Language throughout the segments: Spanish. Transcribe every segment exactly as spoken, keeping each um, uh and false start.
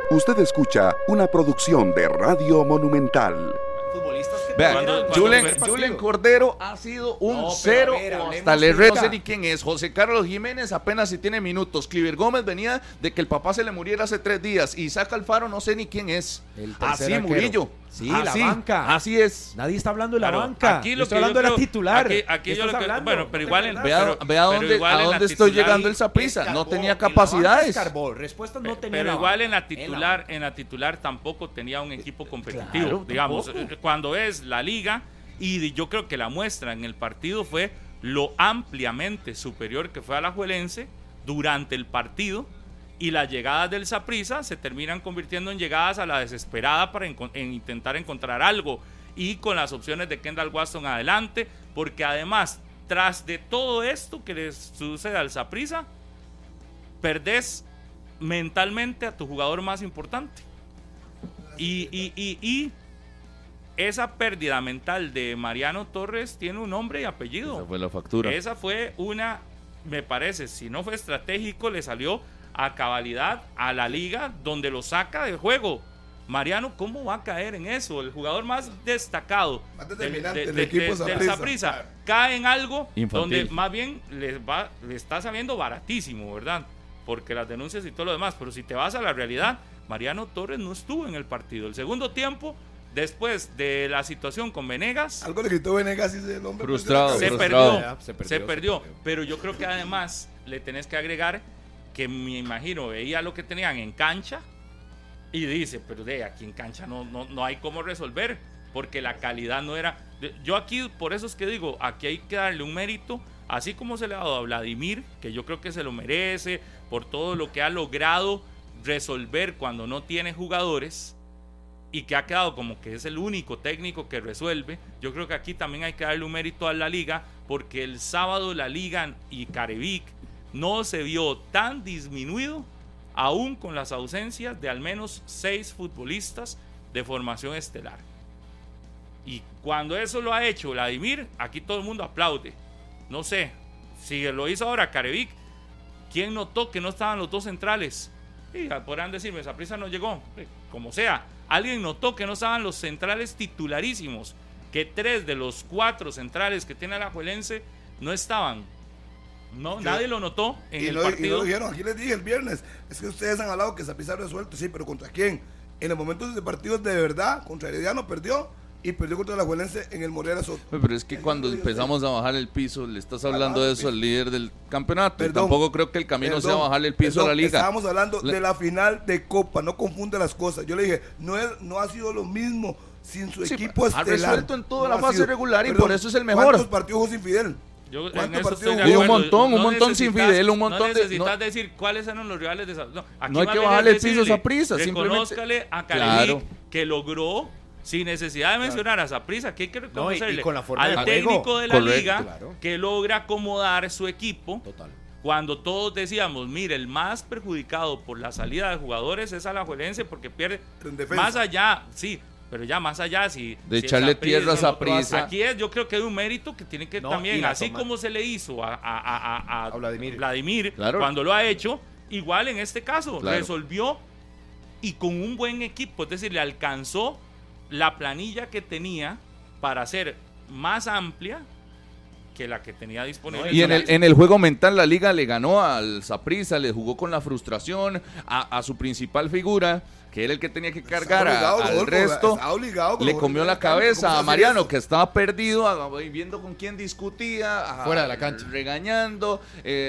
Usted escucha una producción de Radio Monumental. Vean, Julen, Julen Cordero ha sido un no, cero ver, hasta le re, no sé ni quién es. José Carlos Jiménez apenas si tiene minutos. Cliver Gómez venía de que el papá se le muriera hace tres días. Isaac Alfaro no sé ni quién es. Así arquero. Murillo. Sí, así, la banca. Así es. Nadie está hablando de la claro, banca. Aquí lo estoy hablando de la titular. Aquí, aquí yo lo que, bueno, pero igual en, vea, pero, vea pero dónde, igual a dónde estoy titular, llegando el Saprissa. No tenía capacidades. Escarbó, respuestas no tenía. Pero igual en la titular, en la titular tampoco tenía un equipo competitivo. Claro, digamos, tampoco. Cuando es la liga, y yo creo que la muestra en el partido fue lo ampliamente superior que fue Alajuelense durante el partido. Y las llegadas del Saprissa se terminan convirtiendo en llegadas a la desesperada para en, en intentar encontrar algo, y con las opciones de Kendall Waston adelante, porque además, tras de todo esto que les sucede al Saprissa, perdés mentalmente a tu jugador más importante. Y, y, y, y esa pérdida mental de Mariano Torres tiene un nombre y apellido. Esa fue la factura. Esa fue una, me parece, si no fue estratégico, le salió a cabalidad a la liga, donde lo saca de juego. Mariano, ¿cómo va a caer en eso? El jugador más destacado del, de, de, de, de, del Saprissa cae en algo infantil, donde más bien le, va, le está saliendo baratísimo, ¿verdad? Porque las denuncias y todo lo demás. Pero si te vas a la realidad, Mariano Torres no estuvo en el partido. El segundo tiempo, después de la situación con Venegas, algo le quitó Venegas y el hombre frustrado, se, frustrado. Perdió, se, perdió, se, perdió, se perdió. Pero yo creo que además le tenés que agregar que me imagino veía lo que tenían en cancha y dice, pero de aquí en cancha no, no, no hay cómo resolver, porque la calidad no era. Yo aquí, por eso es que digo, aquí hay que darle un mérito, así como se le ha dado a Vladimir, que yo creo que se lo merece por todo lo que ha logrado resolver cuando no tiene jugadores y que ha quedado como que es el único técnico que resuelve. Yo creo que aquí también hay que darle un mérito a la liga, porque el sábado la liga y Carevic no se vio tan disminuido, aún con las ausencias de al menos seis futbolistas de formación estelar. Y cuando eso lo ha hecho Vladimir, aquí todo el mundo aplaude. No sé, si lo hizo ahora Carevic, ¿quién notó que no estaban los dos centrales? Y podrán decirme, Saprissa no llegó, como sea. Alguien notó que no estaban los centrales titularísimos, que tres de los cuatro centrales que tiene Alajuelense no estaban. No, yo, nadie lo notó en el lo, partido. Y lo dijeron, aquí les dije el viernes, es que ustedes han hablado que Saprissa ha resuelto, sí, pero ¿contra quién? En los momentos de partidos de verdad, contra Herediano perdió, y perdió contra la Alajuelense en el Morera Soto. Pero es que el cuando empezamos a bajar el piso, le estás hablando ah, de eso al líder del campeonato. Perdón, tampoco creo que el camino perdón, sea bajarle el piso perdón, a la liga. Estábamos hablando le... de la final de Copa, no confunde las cosas. Yo le dije, no, es, no ha sido lo mismo sin su sí, equipo estelar. Ha resuelto en toda no la fase sido, regular y perdón, por eso es el mejor. ¿Cuántos partidos jugó sin Fidel? Yo, ¿Cuántos partidos y un montón, un no montón sin Fidel, un montón no necesitas de. No, decir cuáles eran los rivales de esa. No, aquí no hay que bajarle el piso a Saprissa. Reconózcale a Carevic claro. que logró, sin necesidad de mencionar claro. a Saprissa, que hay que reconocerle no, y, y con la forma al de técnico juego. de la Correcto, liga claro. que logra acomodar su equipo. Total. Cuando todos decíamos, mire, el más perjudicado por la salida de jugadores es Alajuelense, porque pierde más allá, sí. Pero ya más allá, si de si echarle tierra a Saprissa. Aquí es, yo creo que hay un mérito que tiene que no, también, así toma. como se le hizo a, a, a, a, a Vladimir, Vladimir claro. cuando lo ha hecho, igual en este caso, claro. resolvió y con un buen equipo, es decir, le alcanzó la planilla que tenía para ser más amplia que la que tenía disponible. Y en el, en el juego mental la liga le ganó al Saprissa, le jugó con la frustración a, a su principal figura, que era el que tenía que cargar obligado, a, al Rodolfo, resto, obligado, le comió la cabeza a Mariano, que estaba perdido, a, viendo con quién discutía, a, fuera de la cancha, regañando,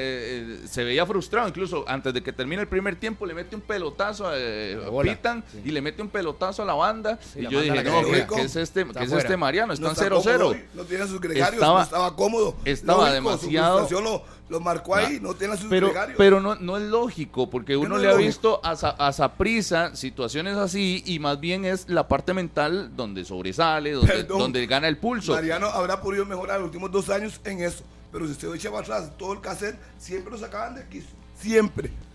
eh, eh, se veía frustrado, incluso antes de que termine el primer tiempo le mete un pelotazo a eh, Pitan sí. y le mete un pelotazo a la banda, sí, y la yo dije, no, ¿qué, ¿qué es este, ¿qué es este Mariano? Están cero cero. No tiene sus gregarios, estaba, no estaba cómodo. Estaba lógico, demasiado... Lo, lo marcó ahí, no, no tiene sus pero, gregarios. Pero no, no es lógico, porque uno no le ha lógico. visto a, a Saprissa situaciones así, y más bien es la parte mental donde sobresale, donde, Perdón, donde gana el pulso. Mariano habrá podido mejorar los últimos dos años en eso, pero si usted echa para atrás todo el cassette, siempre lo sacaban de aquí, siempre.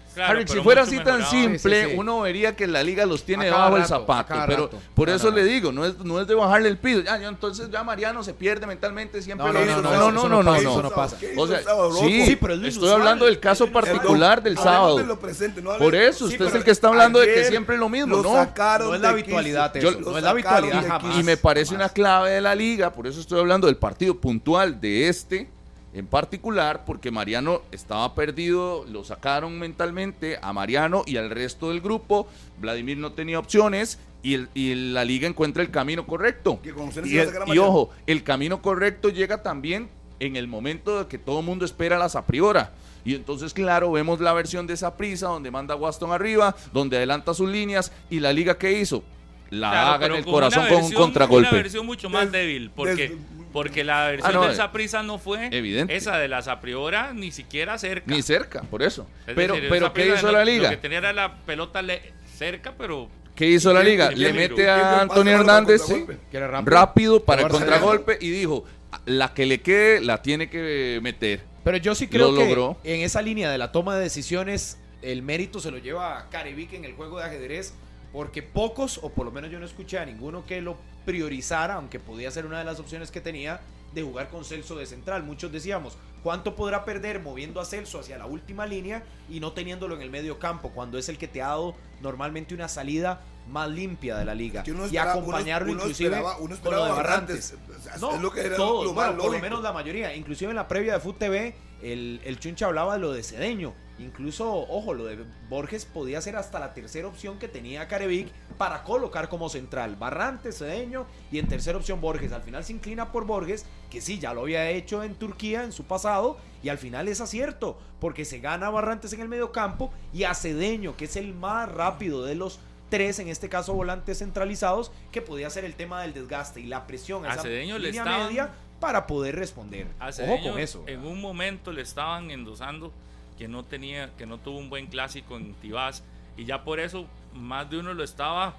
Claro, Harry, si pero fuera mucho así tan mejorado. simple, Sí, sí, sí. uno vería que la liga los tiene A cada debajo del rato, zapato. a cada Pero rato, por a eso cada le rato. digo, no es, no es de bajarle el piso. Ya, ya, entonces ya Mariano se pierde mentalmente, siempre No, lo no, hizo. no, no, no, eso no, no no, pasa, no. eso no pasa. ¿Qué O hizo sea, el sábado, sí, Rodolfo? Sí, pero es lo estoy inusual. hablando del caso Es lo inusual. particular del Hablemos sábado. de lo presente, no Por hablemos- eso, Sí, usted es pero el que está hablando de que ayer siempre es lo mismo, lo ¿no? sacaron No es la de habitualidad quicio. eso, Yo- no es la Lo habitualidad sacaron de jamás. Y me parece jamás. una clave de la liga, por eso estoy hablando del partido puntual de este en particular, porque Mariano estaba perdido, lo sacaron mentalmente a Mariano y al resto del grupo. Vladimir no tenía opciones y, el- y la liga encuentra el camino correcto. Que con opciones Y, iba a el- sacar a y Mariano. ojo, el camino correcto llega también en el momento de que todo el mundo espera la Sapriora. Y entonces, claro, vemos la versión de Saprissa donde manda a Waston arriba, donde adelanta sus líneas y la liga ¿qué hizo? La Claro, haga en pero el con corazón una con un versión- contragolpe. Una versión mucho más Des- débil, porque, des- porque la versión Ah, no, del eh, Saprissa no fue evidente. esa de la Sapriora ni siquiera cerca. Ni cerca, por eso. Es Pero, decir, el pero ¿qué Saprissa hizo no- la Lo que liga? tenía era la pelota le- cerca, pero ¿Qué hizo la ¿Quién- liga? quién Le miró? mete ¿Quién dio a el pase Antonio para el Hernández contragolpe? sí, Que era rápido. rápido para el Barcelona. contragolpe y dijo, la que le quede la tiene que meter. Pero yo sí creo Lo que logró. en esa línea de la toma de decisiones, el mérito se lo lleva a Carevic en el juego de ajedrez, porque pocos, o por lo menos yo no escuché a ninguno que lo priorizara, aunque podía ser una de las opciones que tenía, de jugar con Celso de central. Muchos decíamos, ¿cuánto podrá perder moviendo a Celso hacia la última línea y no teniéndolo en el medio campo, cuando es el que te ha dado normalmente una salida más limpia de la liga? Que uno Y esperaba- acompañarlo uno- uno inclusive esperaba- uno con lo esperaba de Barrantes. Barrantes. O sea, No, es lo que era todos, lo más bueno, por lo lógico. menos la mayoría. Inclusive en la previa de F U T V, el, el Chuncha hablaba de lo de Cedeño. Incluso, ojo, lo de Borges podía ser hasta la tercera opción que tenía Carevic para colocar como central. Barrantes, Cedeño y en tercera opción Borges. Al final se inclina por Borges, que sí, ya lo había hecho en Turquía en su pasado, y al final es acierto, porque se gana a Barrantes en el medio campo y a Cedeño, que es el más rápido de los tres, en este caso volantes centralizados, que podía ser el tema del desgaste y la presión a A esa Cedeño le línea estaban- media para poder responder. a Ojo Cedeño con eso. en un momento le estaban endosando que no tenía, que no tuvo un buen clásico en Tibás y ya por eso más de uno lo estaba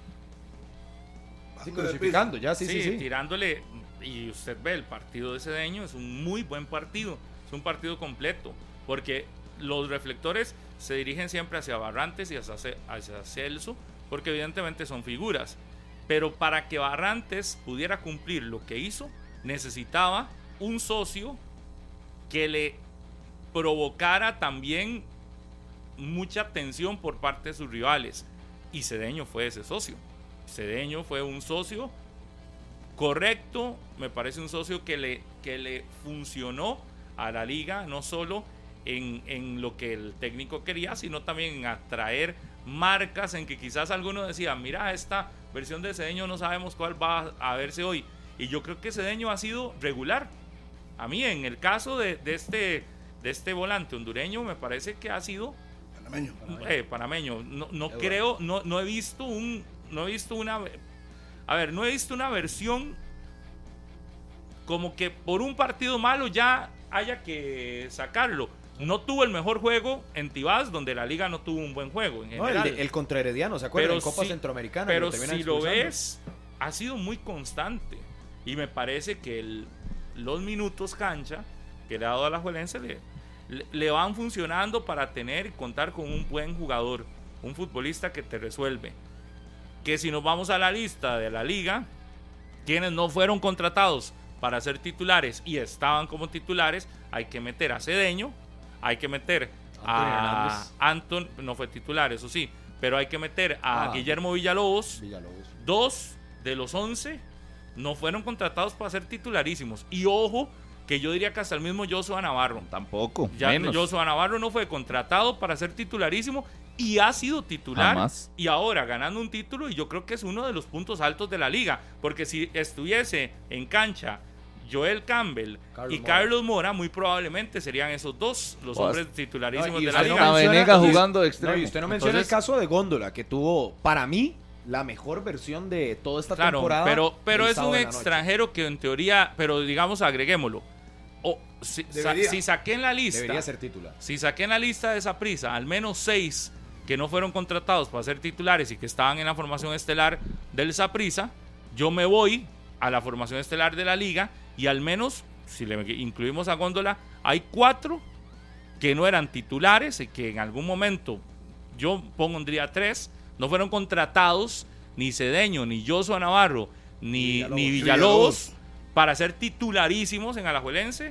Sí, Bajando de crucificando, ya sí, sí, sí, sí. tirándole. Y usted ve el partido de Cedeño, es un muy buen partido, es un partido completo, porque los reflectores se dirigen siempre hacia Barrantes y hacia, Ce- hacia Celso, porque evidentemente son figuras, pero para que Barrantes pudiera cumplir lo que hizo, necesitaba un socio que le provocara también mucha tensión por parte de sus rivales, y Cedeño fue ese socio. Cedeño fue un socio correcto, me parece un socio que le, que le funcionó a la liga, no solo en, en lo que el técnico quería, sino también en atraer marcas en que quizás algunos decían, mira, esta versión de Cedeño no sabemos cuál va a verse hoy. Y yo creo que Cedeño ha sido regular. A mí, en el caso de, de, este, de este volante hondureño, me parece que ha sido Panameño. eh, panameño. No, no creo, no, no he visto un, no he visto una, a ver, no he visto una versión como que por un partido malo ya haya que sacarlo. No tuvo el mejor juego en Tibás, donde la liga no tuvo un buen juego en No, el, general. de- el contra Herediano, ¿se acuerdan? Pero En Copa sí- Centroamericana. Pero lo terminan si lo expulsando. ves, ha sido muy constante. Y me parece que el- los minutos cancha que le ha dado a la Juelense le, le, le van funcionando para tener y contar con un buen jugador, un futbolista que te resuelve. Que si nos vamos a la lista de la liga, quienes no fueron contratados para ser titulares y estaban como titulares, hay que meter a Cedeño, hay que meter Antonio a Hernández. Anton, no fue titular, eso sí, pero hay que meter a Ah. Guillermo Villalobos. Villalobos. Dos de los once no fueron contratados para ser titularísimos. Y ojo, que yo diría que hasta el mismo Joshua Navarro. Tampoco, Ya menos. Joshua Navarro no fue contratado para ser titularísimo y ha sido titular. Jamás. Y ahora ganando un título, y yo creo que es uno de los puntos altos de la liga. Porque si estuviese en cancha Joel Campbell Carlos y Mora. Carlos Mora, muy probablemente serían esos dos los Pues, hombres titularísimos No, y de la usted no liga. menciona- menciona- Venegas y- jugando de no, extremo. y usted no menciona Entonces- el caso de Góndola, que tuvo, para mí, la mejor versión de toda esta Claro, temporada. pero, pero el es sábado un en la noche. extranjero que en teoría, pero digamos, agreguémoslo. O, si, sa- Debería. si saqué en la lista, Debería ser titular. si saqué en la lista de esa prisa al menos seis que no fueron contratados para ser titulares y que estaban en la formación estelar del Saprissa, yo me voy a la formación estelar de la liga y al menos, si le incluimos a Góndola, hay cuatro que no eran titulares y que en algún momento yo pondría tres, no fueron contratados ni Cedeño, ni Joshua Navarro, ni Villalobos, ni Villalobos para ser titularísimos en Alajuelense.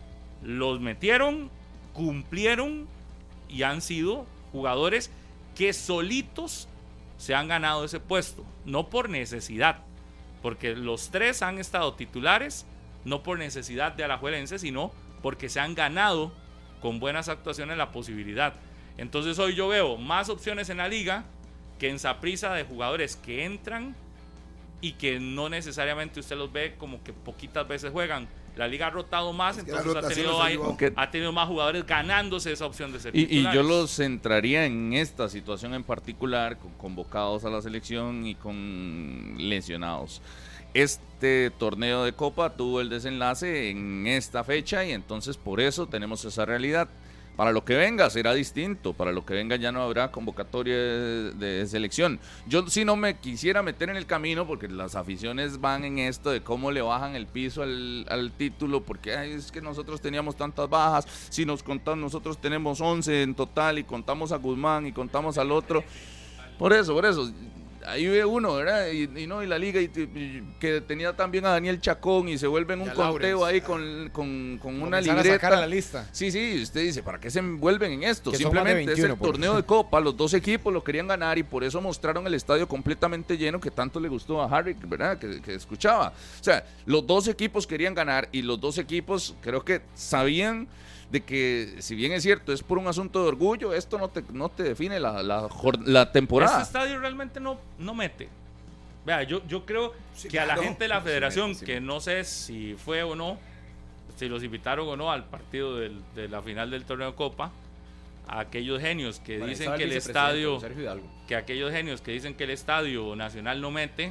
Los metieron, cumplieron y han sido jugadores que solitos se han ganado ese puesto, no por necesidad, porque los tres han estado titulares no por necesidad de Alajuelense, sino porque se han ganado con buenas actuaciones la posibilidad. Entonces hoy yo veo más opciones en la liga que en Saprissa de jugadores que entran y que no necesariamente usted los ve como que poquitas veces juegan. La liga ha rotado más, es entonces ha tenido, hay, ha tenido más jugadores ganándose esa opción de ser y, titulares. Y yo los centraría en esta situación en particular, con convocados a la selección y con lesionados. Este torneo de Copa tuvo el desenlace en esta fecha y entonces por eso tenemos esa realidad. Para lo que venga será distinto, para lo que venga ya no habrá convocatoria de, de selección. Yo sí no me quisiera meter en el camino porque las aficiones van en esto de cómo le bajan el piso al, al título, porque ay, es que nosotros teníamos tantas bajas, si nos contamos nosotros tenemos once en total y contamos a Guzmán y contamos al otro. Por eso, por eso. Ahí ve uno, ¿verdad? Y, y no, y la liga y, y, que tenía también a Daniel Chacón y se vuelve en un conteo ahí con, con, con una libreta. A sacar a la lista. Sí, sí, usted dice, ¿para qué se envuelven en esto? Simplemente veintiuno, es el torneo de Copa, los dos equipos lo querían ganar y por eso mostraron el estadio completamente lleno que tanto le gustó a Harry, ¿verdad? Que, que escuchaba. O sea, los dos equipos querían ganar y los dos equipos creo que sabían de que, si bien es cierto, es por un asunto de orgullo, esto no te, no te define la, la, la temporada. Este estadio realmente no, no mete. Vea, yo, yo creo sí, que a la no, gente de la federación, sí, sí, que no sé si fue o no, si los invitaron o no al partido del, de la final del torneo de Copa, a aquellos genios que bueno, dicen que el estadio, que aquellos genios que dicen que el estadio nacional no mete,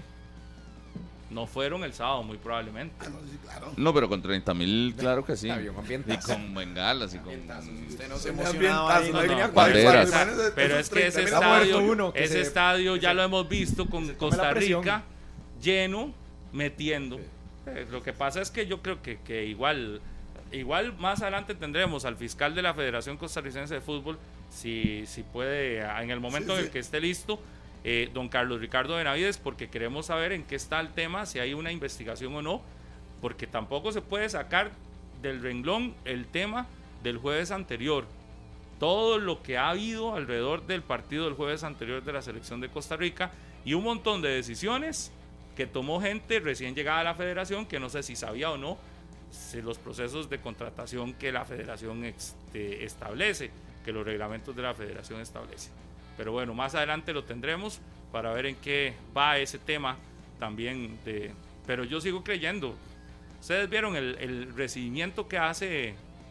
no fueron el sábado, muy probablemente. Ah, no, sí, claro. No, pero con treinta mil, claro que sí. Y con bengalas y con... Usted no se emocionaba ahí, no, no, no, banderas. Pero es que ese estadio, que ese estadio ya lo hemos visto con Costa Rica lleno, metiendo. Eh, lo que pasa es que yo creo que, que igual, igual más adelante tendremos al fiscal de la Federación Costarricense de Fútbol, si, si puede, en el momento sí, en el que esté listo, Eh, don Carlos Ricardo Benavides, porque queremos saber en qué está el tema, si hay una investigación o no, porque tampoco se puede sacar del renglón el tema del jueves anterior. Todo lo que ha habido alrededor del partido del jueves anterior de la selección de Costa Rica y un montón de decisiones que tomó gente recién llegada a la federación que no sé si sabía o no si los procesos de contratación que la federación este, establece, que los reglamentos de la federación establecen. Pero bueno, más adelante lo tendremos para ver en qué va ese tema también. De, pero yo sigo creyendo. Ustedes vieron el, el recibimiento que hace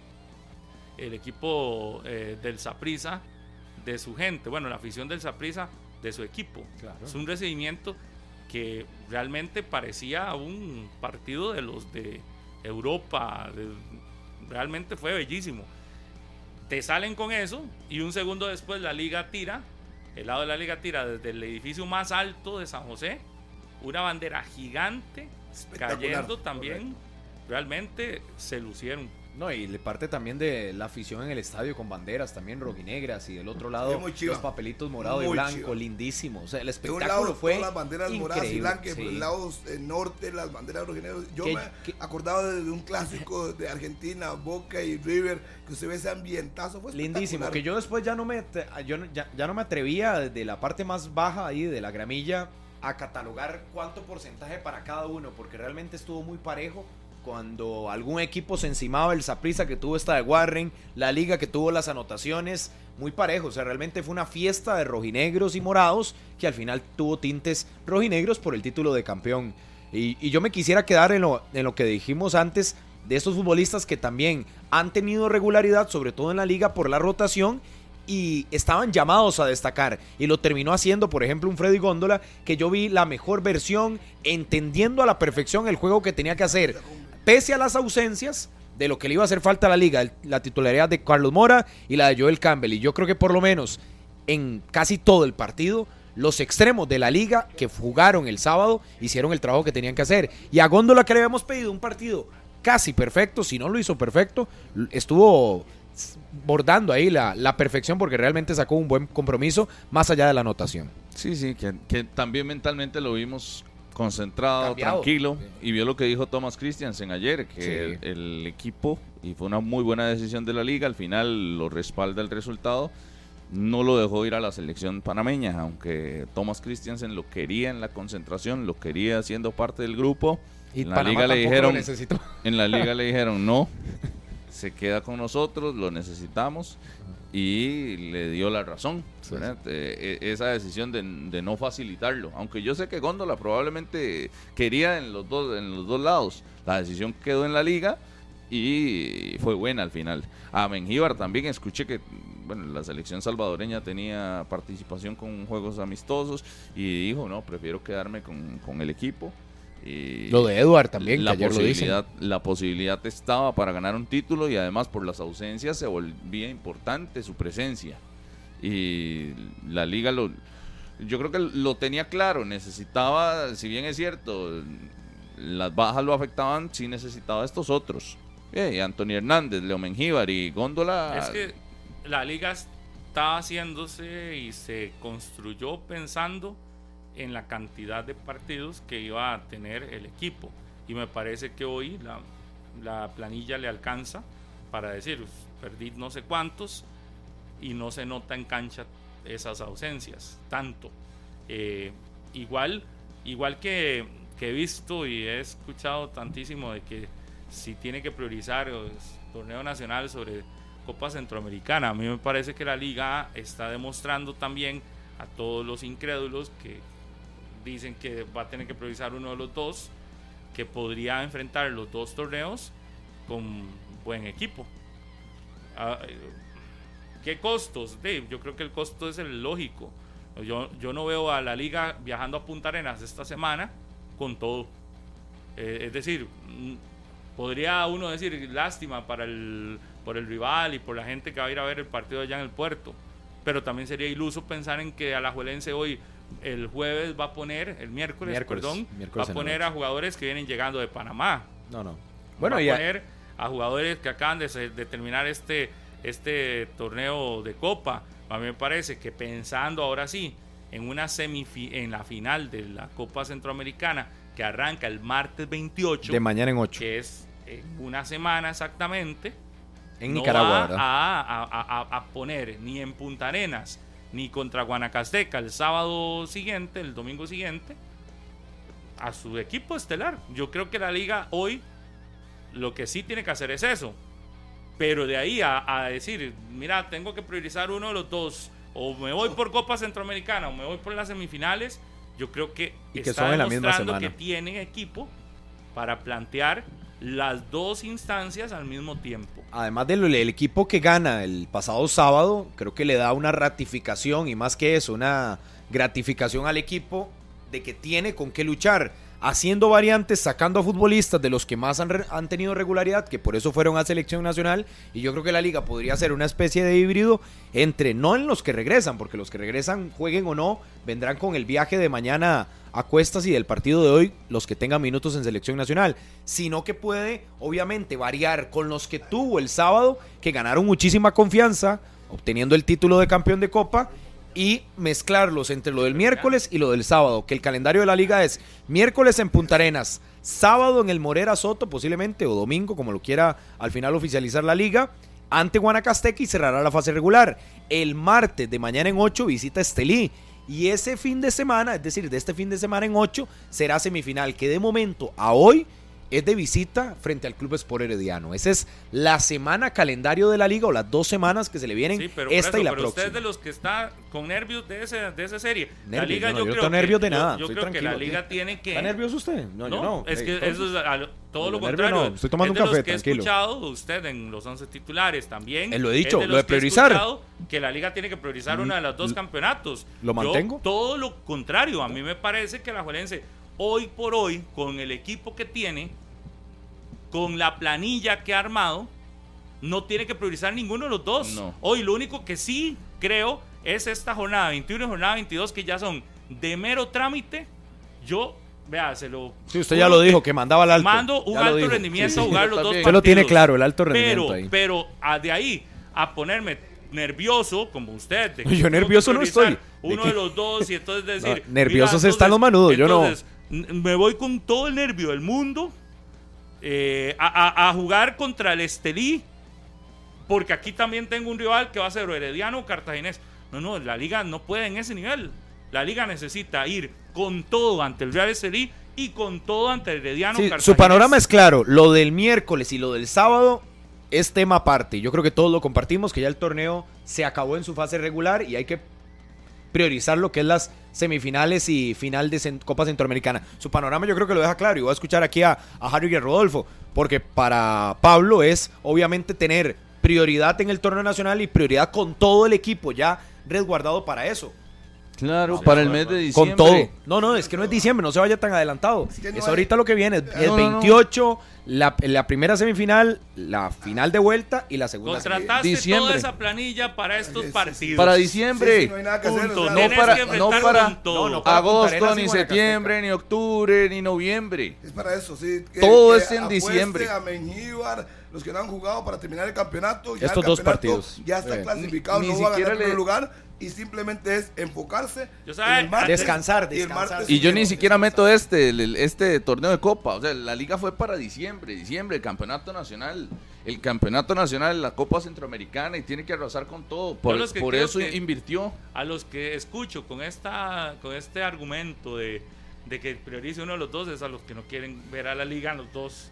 el equipo eh, del Saprissa de su gente. Bueno, la afición del Saprissa de su equipo. Claro. Es un recibimiento que realmente parecía un partido de los de Europa. De, realmente fue bellísimo. Te salen con eso y un segundo después la liga tira, el lado de la liga tira desde el edificio más alto de San José, una bandera gigante cayendo también. Correcto. Realmente se lucieron. No, y le parte también de la afición en el estadio con banderas también rojinegras y del otro lado los papelitos morado muy y blanco, chiva. Lindísimo. O sea, el espectáculo de un lado, fue las banderas increíble. Moradas y blancas, sí. Por el lado norte las banderas rojinegras. Yo ¿Qué, me qué? acordaba de un clásico de Argentina, Boca y River, que usted ve ese ambientazo, fue lindísimo, que yo después ya no me yo ya, ya no me atrevía desde la parte más baja ahí de la gramilla a catalogar cuánto porcentaje para cada uno, porque realmente estuvo muy parejo. Cuando algún equipo se encimaba, el Saprissa que tuvo esta de Warren, la liga que tuvo las anotaciones, muy parejo. O sea, realmente fue una fiesta de rojinegros y morados que al final tuvo tintes rojinegros por el título de campeón. Y, y yo me quisiera quedar en lo, en lo que dijimos antes de estos futbolistas que también han tenido regularidad, sobre todo en la liga por la rotación, y estaban llamados a destacar, y lo terminó haciendo, por ejemplo, un Freddy Góndola, que yo vi la mejor versión, entendiendo a la perfección el juego que tenía que hacer, pese a las ausencias de lo que le iba a hacer falta a la liga, la titularidad de Carlos Mora y la de Joel Campbell. Y yo creo que por lo menos en casi todo el partido, los extremos de la liga que jugaron el sábado hicieron el trabajo que tenían que hacer. Y a Góndola, que le habíamos pedido un partido casi perfecto, si no lo hizo perfecto, estuvo bordando ahí la, la perfección porque realmente sacó un buen compromiso más allá de la anotación. Sí, sí, que, que también mentalmente lo vimos concentrado, Cambiado. tranquilo, y vio lo que dijo Thomas Christiansen ayer, que Sí. el, el equipo, y fue una muy buena decisión de la liga, al final lo respalda el resultado, no lo dejó ir a la selección panameña, aunque Thomas Christiansen lo quería en la concentración, lo quería siendo parte del grupo. Y en la Panamá liga le tampoco dijeron, lo necesitó. en la liga le dijeron no, se queda con nosotros, lo necesitamos, y le dio la razón, Sí, ¿verdad? Eh, eh, esa decisión de, de no facilitarlo, aunque yo sé que Góndola probablemente quería en los dos en los dos lados, la decisión quedó en la liga y fue buena al final. A Mengíbar también escuché que bueno, la selección salvadoreña tenía participación con juegos amistosos y dijo, no, prefiero quedarme con, con el equipo. Y Lo de Eduard también, la que ayer lo dicen. posibilidad, la posibilidad estaba para ganar un título y además por las ausencias se volvía importante su presencia. Y la liga lo, yo creo que lo tenía claro, necesitaba, si bien es cierto, las bajas lo afectaban, sí necesitaba estos otros. Eh, Anthony Hernández, Leo Mengíbar y Góndola. Es que la liga está haciéndose y se construyó pensando en la cantidad de partidos que iba a tener el equipo, y me parece que hoy la, la planilla le alcanza para decir, perdí no sé cuántos y no se nota en cancha esas ausencias tanto. Eh, igual igual que, que he visto y he escuchado tantísimo de que si tiene que priorizar el torneo nacional sobre Copa Centroamericana, a mí me parece que la liga está demostrando también a todos los incrédulos que dicen que va a tener que priorizar uno de los dos, que podría enfrentar los dos torneos con buen equipo. Ah, ¿qué costos? Dave, yo creo que el costo es el lógico. Yo, yo no veo a la liga viajando a Punta Arenas esta semana con todo. Eh, es decir, podría uno decir lástima para el, por el rival y por la gente que va a ir a ver el partido allá en el puerto, pero también sería iluso pensar en que Alajuelense hoy el jueves va a poner, el miércoles, Miércoles, perdón, miércoles va a poner a jugadores que vienen llegando de Panamá. No, no. Bueno, va a ya. poner a jugadores que acaban de, de terminar este, este torneo de Copa. A mí me parece que pensando ahora sí en una semifi en la final de la Copa Centroamericana que arranca el martes veintiocho, De mañana en ocho. que es en una semana exactamente, En no Nicaragua, va ¿verdad? a, a, a, a poner ni en Punta Arenas ni contra Guanacasteca el sábado siguiente, el domingo siguiente, a su equipo estelar. Yo creo que la liga hoy lo que sí tiene que hacer es eso, pero de ahí a, a decir, mira, tengo que priorizar uno de los dos, o me voy por Copa Centroamericana o me voy por las semifinales, yo creo que Y que está son en la misma demostrando semana. que tiene equipo para plantear las dos instancias al mismo tiempo. Además del el equipo que gana el pasado sábado, creo que le da una ratificación y más que eso, una gratificación al equipo de que tiene con qué luchar, haciendo variantes, sacando a futbolistas de los que más han, re- han tenido regularidad, que por eso fueron a selección nacional, y yo creo que la liga podría ser una especie de híbrido entre, no en los que regresan, porque los que regresan, jueguen o no, vendrán con el viaje de mañana a cuestas y del partido de hoy, los que tengan minutos en selección nacional, sino que puede, obviamente, variar con los que tuvo el sábado, que ganaron muchísima confianza, obteniendo el título de campeón de Copa, y mezclarlos entre lo del miércoles y lo del sábado, que el calendario de la liga es miércoles en Punta Arenas, sábado en el Morera Soto posiblemente, o domingo, como lo quiera al final oficializar la liga, ante Guanacasteca, y cerrará la fase regular. El martes de mañana en ocho visita Estelí, y ese fin de semana, es decir, de este fin de semana en ocho, será semifinal, que de momento a hoy es de visita frente al Club Sport Herediano. Esa es la semana calendario de la liga, o las dos semanas que se le vienen, Sí, pero esta por eso, y la pero próxima. usted es de los que está con nervios de, ese, de esa serie. la Nervios, liga no, yo yo no creo tengo que, nervios de yo- nada, yo estoy creo que la tranquilo, liga ¿sí? tiene que... ¿Está nervioso usted? No, No, yo no. es que Ey, eso es a lo- todo lo Nervio contrario. no, estoy tomando es de un café, los que tranquilo. he escuchado usted en los once titulares también. Eh, lo he dicho, es de lo los de que he priorizar. escuchado que la liga tiene que priorizar uno de los dos L- campeonatos. ¿lo Yo, mantengo? todo lo contrario. A mí me parece que la Juelense, hoy por hoy, con el equipo que tiene, con la planilla que ha armado, no tiene que priorizar ninguno de los dos. No. Hoy lo único que sí creo es esta jornada veintiuno y jornada veintidós, que ya son de mero trámite. Yo, vea, se lo... Sí, usted ya lo dijo, que mandaba al alto. Mando un Ya lo alto dijo. rendimiento Sí, sí, a jugar yo los dos también. partidos. Usted lo tiene claro, el alto rendimiento pero, ahí. Pero a de ahí a ponerme nervioso como usted. De yo nervioso no estoy. Uno ¿De, de los dos y entonces decir... No, nerviosos mira, están los manudos, yo no. Entonces, me voy con todo el nervio del mundo eh, a, a, a jugar contra el Estelí, porque aquí también tengo un rival que va a ser Herediano o Cartaginés. No, no, la liga no puede en ese nivel. La liga necesita ir con todo ante el Real Estelí y con todo ante el Herediano. Sí, Cartaginés. su panorama es claro. Lo del miércoles y lo del sábado es tema aparte. Yo creo que todos lo compartimos, que ya el torneo se acabó en su fase regular y hay que priorizar lo que es las semifinales y final de Cent- Copa Centroamericana. Su panorama yo creo que lo deja claro y voy a escuchar aquí a, a Harry y a Rodolfo, porque para Pablo es obviamente tener prioridad en el torneo nacional y prioridad con todo el equipo ya resguardado para eso. Claro, Sí, para el bueno, mes de bueno. diciembre. Con todo. No, no, es que no es diciembre, no se vaya tan adelantado. Es que no es hay- ahorita lo que viene. Es No, no, no. veintiocho, la, la primera semifinal, la final de vuelta y la segunda semifinal. Contrataste Diciembre. toda esa planilla para estos Sí, sí, sí. partidos. Para Sí, diciembre. sí, no hay nada que hacer. Punto. o sea, No Tenés para- que no enfrentar para- con todo. no, no para Punta Agosto, Arenas ni y septiembre, ni octubre, ni noviembre. Es para eso, sí. Que- Todo que es en apueste diciembre. a Mengíbar, los que no han jugado para terminar el campeonato. Ya Estos el dos campeonato partidos. Ya está Eh. clasificado, Ni- no ni va a ganar siquiera el primer le- lugar y simplemente es enfocarse Yo sabe, en el martes. Descansar, y el descansar. martes Y yo ni siguiente. siquiera meto este, el- el- este torneo de Copa. O sea, la liga fue para diciembre, diciembre, el campeonato nacional. El campeonato nacional, la Copa Centroamericana y tiene que arrasar con todo. Por, los que por creo eso que- invirtió. a los que escucho con esta con este argumento de, de que priorice uno de los dos es a los que no quieren ver a la liga en los dos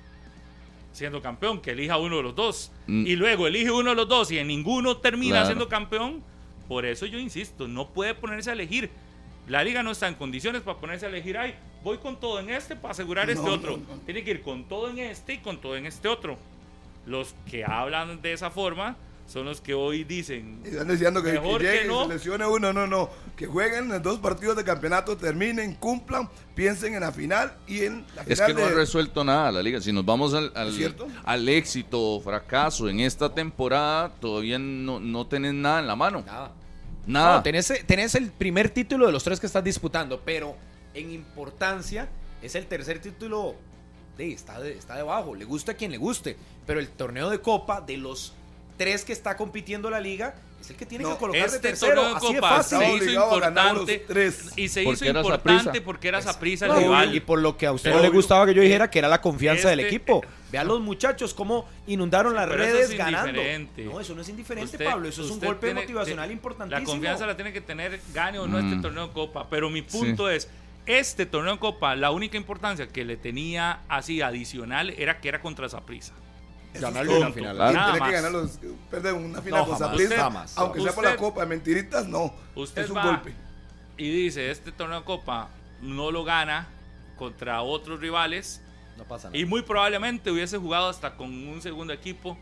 siendo campeón, que elija uno de los dos Mm. y luego elige uno de los dos y en ninguno termina Claro. siendo campeón. Por eso yo insisto, no puede ponerse a elegir. La liga no está en condiciones para ponerse a elegir, ay, voy con todo en este para asegurar este No, otro. no, no. Tiene que ir con todo en este y con todo en este otro. Los que hablan de esa forma son los que hoy dicen Y están diciendo que, que Mejor que llegue y no. se lesione uno, no, no. Que jueguen en dos partidos de campeonato, terminen, cumplan, piensen en la final y en la final Es que no de- ha resuelto nada la liga. Si nos vamos al, al, ¿Es cierto? al éxito o fracaso en esta temporada, todavía no, no tenés nada en la mano. Nada. Nada. No, tenés, tenés el primer título de los tres que estás disputando, pero en importancia es el tercer título. De, está, de, está debajo, le gusta a quien le guste, pero el torneo de Copa de los tres que está compitiendo la liga es el que tiene No, que colocar de este tercero, torneo de así de Copa fácil. se Estaba hizo obligado a ganar importante los tres. y se Porque hizo era importante Saprissa. porque era Saprissa el No, rival. y por lo que a usted Pero no le obvio, gustaba que yo eh, dijera que era la confianza del este- equipo. Ve a los muchachos cómo inundaron las pero eso redes es ganando. indiferente. No, eso no es indiferente, Usted- Pablo. Eso es un usted golpe tiene- motivacional te- importantísimo. La confianza la tiene que tener, gane o no Mm. este torneo de Copa. Pero mi punto es, este torneo de Copa, la única importancia que le tenía así adicional era que era contra Saprissa. Eso es Ganarle todo. una final. Y Nada tiene más. que ganar los, perder una final No, con jamás, Saprissa, jamás. aunque sea por la Usted- Copa de mentiritas, no. Usted es un va golpe. y dice, este torneo de Copa no lo gana contra otros rivales No pasa nada. y muy probablemente hubiese jugado hasta con un segundo equipo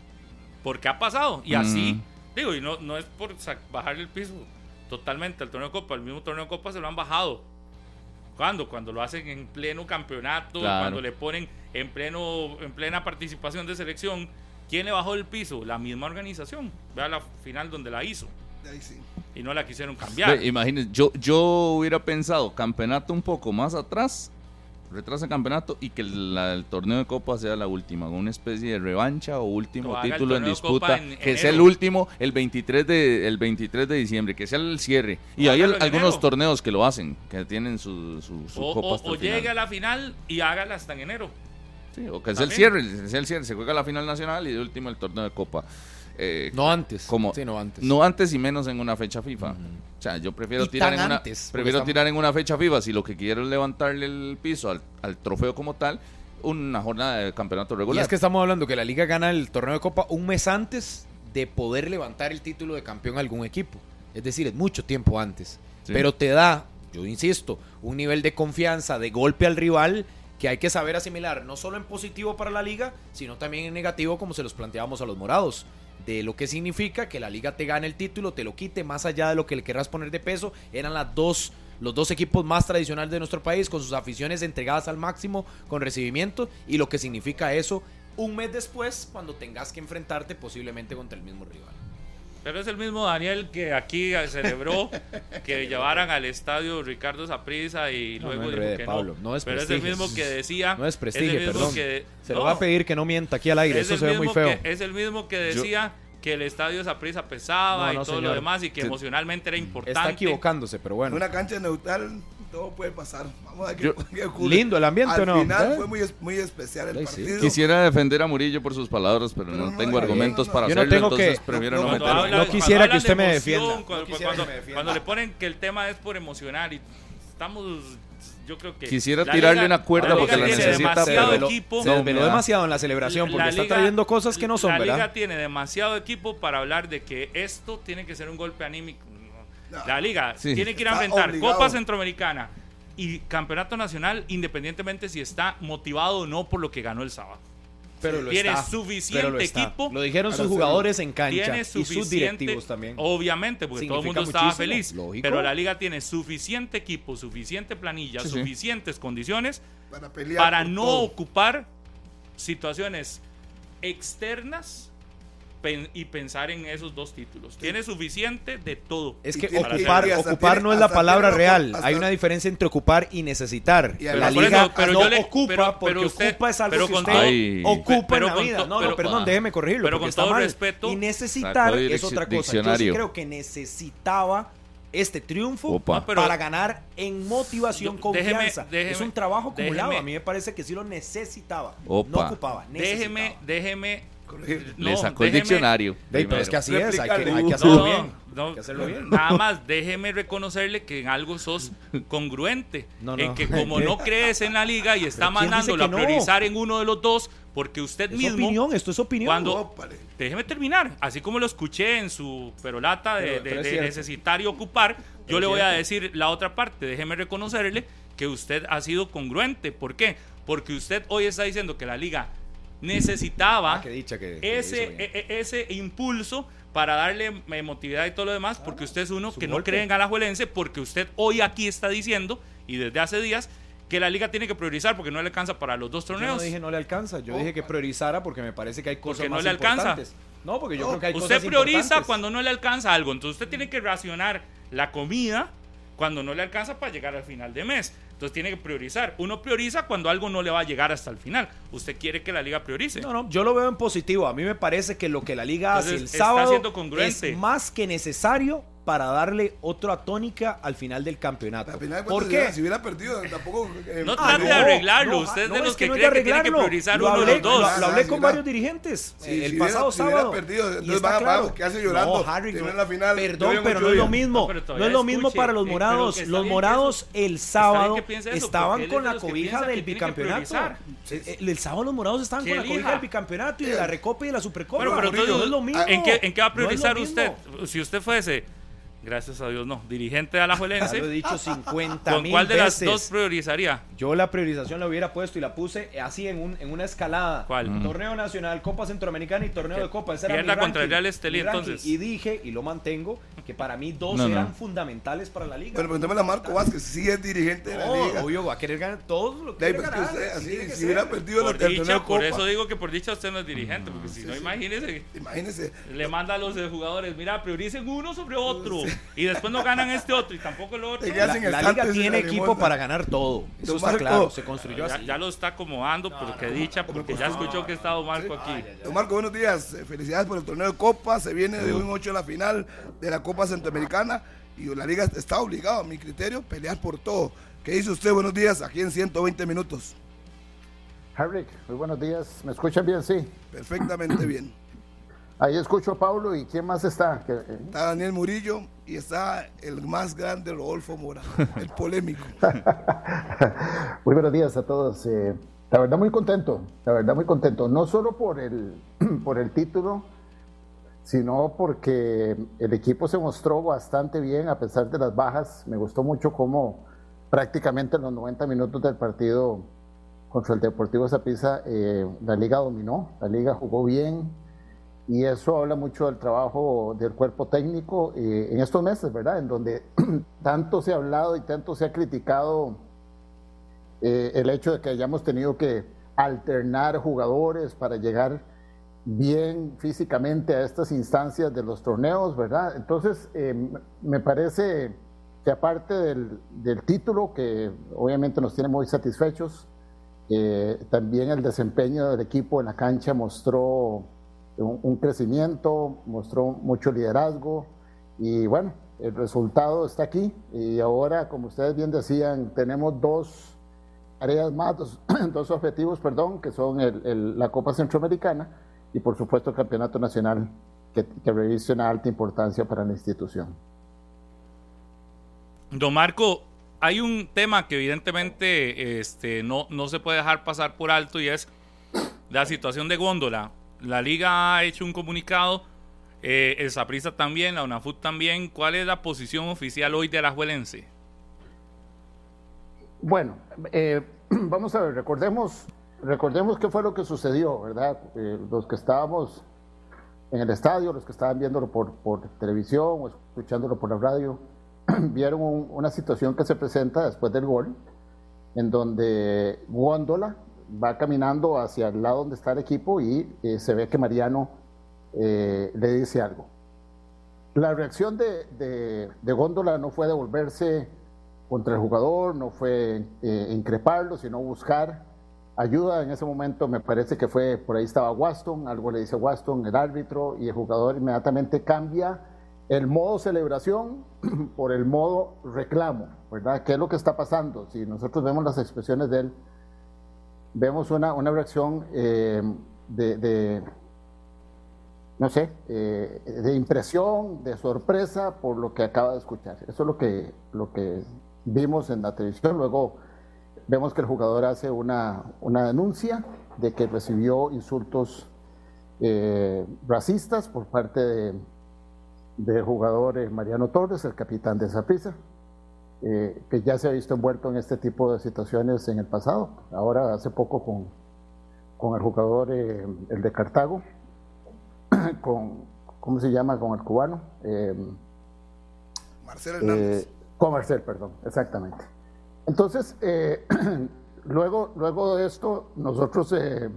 porque ha pasado y Mm. así digo, y no, no es por sa- bajarle el piso totalmente al torneo de Copa, el mismo torneo de Copa se lo han bajado. ¿Cuándo? Cuando lo hacen en pleno campeonato, Claro. cuando le ponen en pleno en plena participación de selección. ¿Quién le bajó el piso? La misma organización. Vea la final donde la hizo Ahí sí. y no la quisieron cambiar. Ve, imagínense, yo, yo hubiera pensado campeonato un poco más atrás, retrasa el campeonato y que la- el torneo de Copa sea la última, una especie de revancha o último O haga el título en torneo de Copa disputa, en que sea el enero. último el veintitrés de, el veintitrés de diciembre, que sea el cierre. Y O hay hágalo al- en algunos enero. torneos que lo hacen, que tienen su, su, su o Copa o, hasta o el final. llegue a la final y hágala hasta en enero. Sí, o que sea el También. cierre, que sea el cierre, se juega la final nacional y de último el torneo de Copa. Eh, No antes. como Sí, no antes. no antes y menos en una fecha FIFA. Ujú. O sea, yo prefiero Y tirar tan en una antes, porque prefiero estamos- tirar en una fecha FIFA si lo que quiero es levantarle el piso al, al trofeo como tal, una jornada de campeonato Y regular. es que estamos hablando que la liga gana el torneo de Copa un mes antes de poder levantar el título de campeón a algún equipo. Es decir, es mucho tiempo antes. Sí. Pero te da, yo insisto, un nivel de confianza, de golpe al rival que hay que saber asimilar, no solo en positivo para la liga, sino también en negativo como se los planteábamos a los morados. De lo que significa que la liga te gane el título, te lo quite, más allá de lo que le querrás poner de peso. Eran las dos, los dos equipos más tradicionales de nuestro país, con sus aficiones entregadas al máximo, con recibimiento, y lo que significa eso un mes después, cuando tengas que enfrentarte posiblemente contra el mismo rival. Pero es el mismo Daniel que aquí celebró que llevaran al estadio Ricardo Saprissa y No, luego no dijo enrede, que Pablo, no. no Pero es el desprestigies. mismo que decía. No desprestigie, es el mismo perdón. que- Se lo no, va a pedir que no mienta aquí al aire, es eso el se ve muy mismo feo. que- es el mismo que decía que el estadio Saprissa pesaba No, y no, todo señor. lo demás y que Sí. emocionalmente era importante. Está equivocándose, pero En bueno. una cancha neutral todo puede pasar. Vamos a ver qué, Yo- qué ocurre. Lindo el ambiente, Al ¿o no? final ¿Eh? fue muy, es- muy especial el Ay, sí. partido. Quisiera defender a Murillo por sus palabras, pero, Pero no, no, tengo no, argumentos no, no. para Yo no hacerlo, tengo que- entonces prefiero no, no, no, meterme. no, habla- no quisiera hablan que usted de me emoción, defienda. Cuando, No quisiera cuando- que me defienda. cuando le ponen que el tema es por emocionar y estamos, yo creo que Quisiera la tirarle liga- una cuerda la porque liga la tiene necesita, demasiado pero- equipo. Se No, desveló mira. demasiado en la celebración porque La está liga- trayendo cosas que no son, la ¿verdad? liga tiene demasiado equipo para hablar de que esto tiene que ser un golpe anímico. No. La liga Sí. tiene que ir a Está inventar obligado. Copa Centroamericana y Campeonato Nacional independientemente si está motivado o no por lo que ganó el sábado. Pero lo tiene está, suficiente pero lo está. equipo Lo dijeron para sus hacerlo. jugadores en cancha Tiene y sus suficiente, directivos también. obviamente, porque todo el Significa mundo estaba muchísimo, feliz. lógico. Pero la liga tiene suficiente equipo, suficiente planilla, Sí, sí. suficientes condiciones Para pelear para por no todo. ocupar situaciones externas pen- y pensar en esos dos títulos. Tiene suficiente de todo. Es Y que tiene- ocupar, y hasta ocupar tiene- no es la hasta palabra tiene- real. hasta- Hay una diferencia entre ocupar y necesitar. Y la además- por liga eso, pero no yo le- ocupa pero- porque pero usted- ocupa es algo pero que con usted todo- Ay. ocupa pero en la con vida. to- No, pero- no, perdón, déjeme corregirlo. pero porque con está todo mal. respeto- Y necesitar Sacó es direc- otra cosa. Yo sí diccionario. creo que necesitaba este triunfo Opa. No, pero- para ganar en motivación, Yo- déjeme- confianza. déjeme- es un trabajo acumulado. déjeme- A mí me parece que sí lo necesitaba. Opa. No ocupaba. Déjeme, necesitaba. déjeme. Corregir. Le no, sacó el déjeme- diccionario. Ey, pero primero. es que así es, hay que, Replicarle. hay que No, hacerlo No, bien. no, Hay que hacerlo bien. Nada más, déjeme reconocerle que en algo sos congruente. No, no. En que como no crees en la liga y está ¿Pero quién mandándolo dice a que no? priorizar en uno de los dos, porque usted Es mismo. opinión, esto es opinión. Cuando- Ópale. Déjeme terminar. Así como lo escuché en su perolata de, Pero- de- pero es de cierto. necesitar y ocupar, yo Pero le es voy a cierto. decir la otra parte. Déjeme reconocerle que usted ha sido congruente. ¿Por qué? Porque usted hoy está diciendo que la liga necesitaba Ah, qué dicha que- que ese, hizo bien. e- e- ese impulso para darle emotividad y todo lo demás, porque usted es uno su que no golpe. cree en Alajuelense, porque usted hoy aquí está diciendo, y desde hace días, que la liga tiene que priorizar porque no le alcanza para los dos Yo torneos. no dije no le alcanza, yo dije que priorizara porque me parece que hay cosas Porque no más le alcanza. importantes. No, porque yo No, creo que hay Usted cosas prioriza importantes. cuando no le alcanza algo, entonces usted tiene que racionar la comida cuando no le alcanza para llegar al final de mes. Entonces tiene que priorizar. Uno prioriza cuando algo no le va a llegar hasta el final. Usted quiere que la liga priorice. No, no, yo lo veo en positivo. A mí me parece que lo que la liga Entonces, hace el está sábado siendo congruente. es más que necesario para darle otra tónica al final del campeonato. Al final de ¿Por cuentas, qué? Si hubiera perdido, tampoco. eh, No Ah, trate de arreglarlo. no, Usted es de no, los es que no es cree de que tiene que arreglarlo. priorizar Lo uno de hablé- los dos. Lo, lo hablé Ah, con mira. varios dirigentes Sí, eh, el si pasado hubiera- si hubiera sábado. perdido, Y entonces está van a- claro. van a quedarse llorando. No, Harry, Tienen no. la final, perdón, lloran pero mucho no es lo ellos. mismo. No, pero No, todavía es lo mismo escuche, para los eh, pero morados. que está Los bien que morados eso- el está bien sábado que piense eso, estaban porque él es con de la los que cobija piensa del que tiene que bicampeonato. priorizar. El, el- el sábado los morados estaban Que con la cobija elija. del bicampeonato y de la Recopa y de la Supercopa. Bueno, pero Murillo, entonces, no es lo mismo. ¿en qué, ¿en qué va a No es lo priorizar mismo. usted? Si usted fuese, gracias a Dios no, dirigente de Ya lo he Alajuelense, dicho cincuenta ¿con mil cuál de las veces. dos priorizaría? Yo la priorización la hubiera puesto y la puse así en, un, en una escalada. ¿Cuál? Mm. Torneo Nacional, Copa Centroamericana y Torneo Que de Copa. Ese era pierda mi contra ranking, el Real Estelí, mi ranking. entonces. Y dije, y lo mantengo, que para mí dos No, no. eran fundamentales para la liga. Bueno, preguntémosle a Marco Vázquez, si es dirigente de la No, liga. obvio, va a querer ganar todo lo que De ahí, quiere pues, que ganar. usted, así así, tiene que si ser. hubiera perdido Por el torneo dicha, de por Copa, eso digo que por dicha usted no es dirigente, porque si no, sí. imagínese, imagínese. le manda a los eh, jugadores, mira, prioricen uno sobre otro, y después no ganan este otro, y tampoco el otro. Te La, hacen la estantes liga en tiene la equipo limosna. para ganar todo. Eso Don está Marco, claro, se construyó Ya, así. ya lo está acomodando, pero qué dicha, porque ya escuchó que estaba Marco aquí. Don Marco, buenos días. Eh, Felicidades por el torneo de Copa. Se viene de un ocho a la final de la Copa Centroamericana y la liga está obligada, a mi criterio, a pelear por todo. ¿Qué dice usted? Buenos días, aquí en ciento veinte minutos. Harry, muy buenos días. ¿Me escuchan bien? Sí. Perfectamente bien. Ahí escucho a Pablo y ¿quién más está? Que, eh, Está Daniel Murillo y está el más grande Rodolfo Mora, el polémico. Muy buenos días a todos. Eh, la verdad muy contento, la verdad muy contento. No solo por el, por el título, sino porque el equipo se mostró bastante bien a pesar de las bajas. Me gustó mucho cómo prácticamente en los noventa minutos del partido contra el Deportivo Saprissa eh, la liga dominó, la liga jugó bien. Y eso habla mucho del trabajo del cuerpo técnico eh, en estos meses, ¿verdad? En donde tanto se ha hablado y tanto se ha criticado eh, el hecho de que hayamos tenido que alternar jugadores para llegar bien físicamente a estas instancias de los torneos, ¿verdad? Entonces, eh, me parece que aparte del, del título, que obviamente nos tiene muy satisfechos, eh, también el desempeño del equipo en la cancha mostró un, un crecimiento, mostró mucho liderazgo y bueno, el resultado está aquí y ahora, como ustedes bien decían, tenemos dos tareas más, dos, dos objetivos, perdón, que son el, el, la Copa Centroamericana y por supuesto el Campeonato Nacional que, que reviste una alta importancia para la institución. Don Marco, hay un tema que evidentemente este, no, no se puede dejar pasar por alto y es la situación de Góndola. La Liga ha hecho un comunicado, eh, el Saprissa también, la UNAFUT también. ¿Cuál es la posición oficial hoy de Alajuelense? Bueno, eh, vamos a ver, recordemos, recordemos qué fue lo que sucedió, ¿verdad? Eh, los que estábamos en el estadio, los que estaban viéndolo por, por televisión o escuchándolo por la radio, vieron un, una situación que se presenta después del gol, en donde Góndola va caminando hacia el lado donde está el equipo y eh, se ve que Mariano eh, le dice algo. La reacción de, de, de Góndola no fue devolverse contra el jugador, no fue eh, increparlo, sino buscar ayuda. En ese momento me parece que fue, por ahí estaba Waston, algo le dice Waston, el árbitro, y el jugador inmediatamente cambia el modo celebración por el modo reclamo, ¿verdad? ¿Qué es lo que está pasando? Si nosotros vemos las expresiones de él, vemos una, una reacción eh, de, de, no sé, eh, de impresión, de sorpresa por lo que acaba de escuchar. Eso es lo que, lo que vimos en la televisión. Luego vemos que el jugador hace una, una denuncia de que recibió insultos eh, racistas por parte de, del jugador eh, Mariano Torres, el capitán de Saprissa, eh, que ya se ha visto envuelto en este tipo de situaciones en el pasado. Ahora hace poco con, con el jugador, eh, el de Cartago, con, ¿cómo se llama? Con el cubano. Eh, Marcel Hernández. Eh, con Marcel, perdón, exactamente. Entonces, eh, luego, luego de esto, nosotros eh,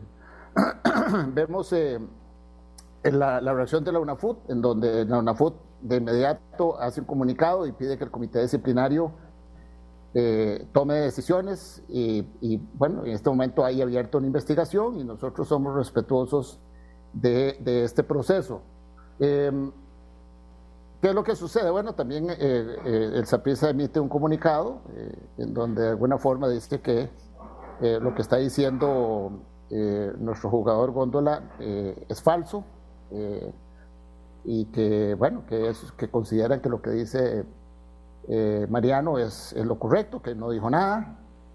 vemos eh, la, la reacción de la UNAFUT, en donde la UNAFUT de inmediato hace un comunicado y pide que el comité disciplinario eh, tome decisiones y, y, bueno, en este momento hay abierto una investigación y nosotros somos respetuosos de, de este proceso. Eh, ¿Qué es lo que sucede? Bueno, también eh, eh, el Saprissa emite un comunicado eh, en donde de alguna forma dice que eh, lo que está diciendo eh, nuestro jugador Góndola eh, es falso eh, y que, bueno, que, es, que consideran que lo que dice eh, Mariano es, es lo correcto, que no dijo nada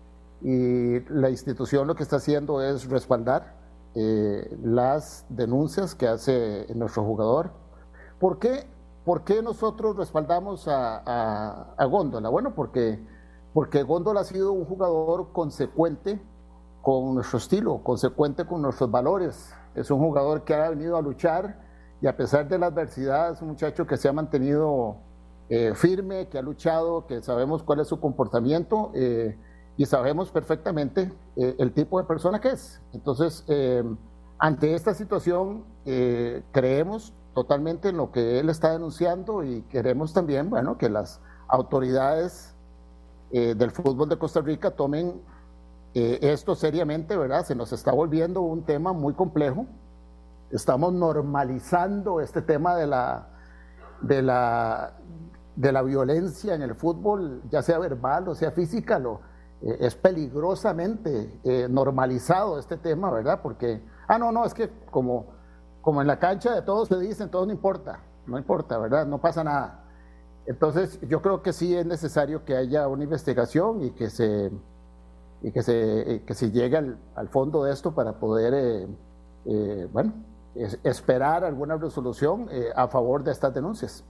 y la institución lo que está haciendo es respaldar eh, las denuncias que hace nuestro jugador. ¿Por qué? ¿Por qué nosotros respaldamos a, a, a Góndola? Bueno, porque, porque Góndola ha sido un jugador consecuente con nuestro estilo, consecuente con nuestros valores. Es un jugador que ha venido a luchar y a pesar de la adversidad es un muchacho que se ha mantenido eh, firme, que ha luchado, que sabemos cuál es su comportamiento eh, y sabemos perfectamente eh, el tipo de persona que es. Entonces, eh, ante esta situación, eh, creemos totalmente en lo que él está denunciando y queremos también, bueno, que las autoridades eh, del fútbol de Costa Rica tomen eh, esto seriamente, ¿verdad? Se nos está volviendo un tema muy complejo. Estamos normalizando este tema de la, de la, de la violencia en el fútbol, ya sea verbal o sea física, lo, eh, es peligrosamente eh, normalizado este tema, ¿verdad? Porque, ah, no, no, es que como... como en la cancha de todos se dicen, todo no importa, no importa, ¿verdad? No pasa nada. Entonces, yo creo que sí es necesario que haya una investigación y que se, y que se, que se llegue al, al fondo de esto para poder, eh, eh, bueno, es, esperar alguna resolución eh, a favor de estas denuncias.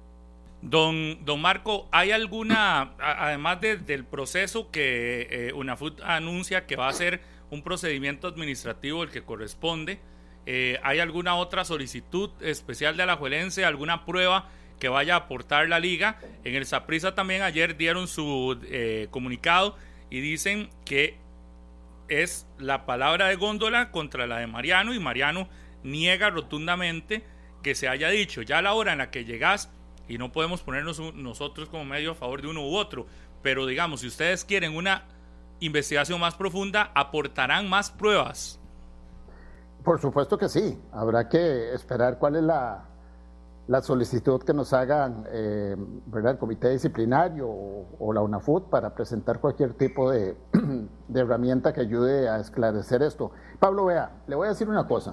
Don, don Marco, ¿hay alguna, además de, del proceso que eh, UNAFUT anuncia que va a ser un procedimiento administrativo el que corresponde, Eh, ¿hay alguna otra solicitud especial de Alajuelense, alguna prueba que vaya a aportar la liga? En el Saprissa también ayer dieron su eh, comunicado y dicen que es la palabra de Góndola contra la de Mariano y Mariano niega rotundamente que se haya dicho. Ya a la hora en la que llegás, y no podemos ponernos un, nosotros como medio a favor de uno u otro, pero digamos, si ustedes quieren una investigación más profunda, aportarán más pruebas. Por supuesto que sí, habrá que esperar cuál es la, la solicitud que nos hagan eh, ¿verdad? El comité disciplinario o, o la UNAFUT para presentar cualquier tipo de, de herramienta que ayude a esclarecer esto. Pablo, vea, le voy a decir una cosa.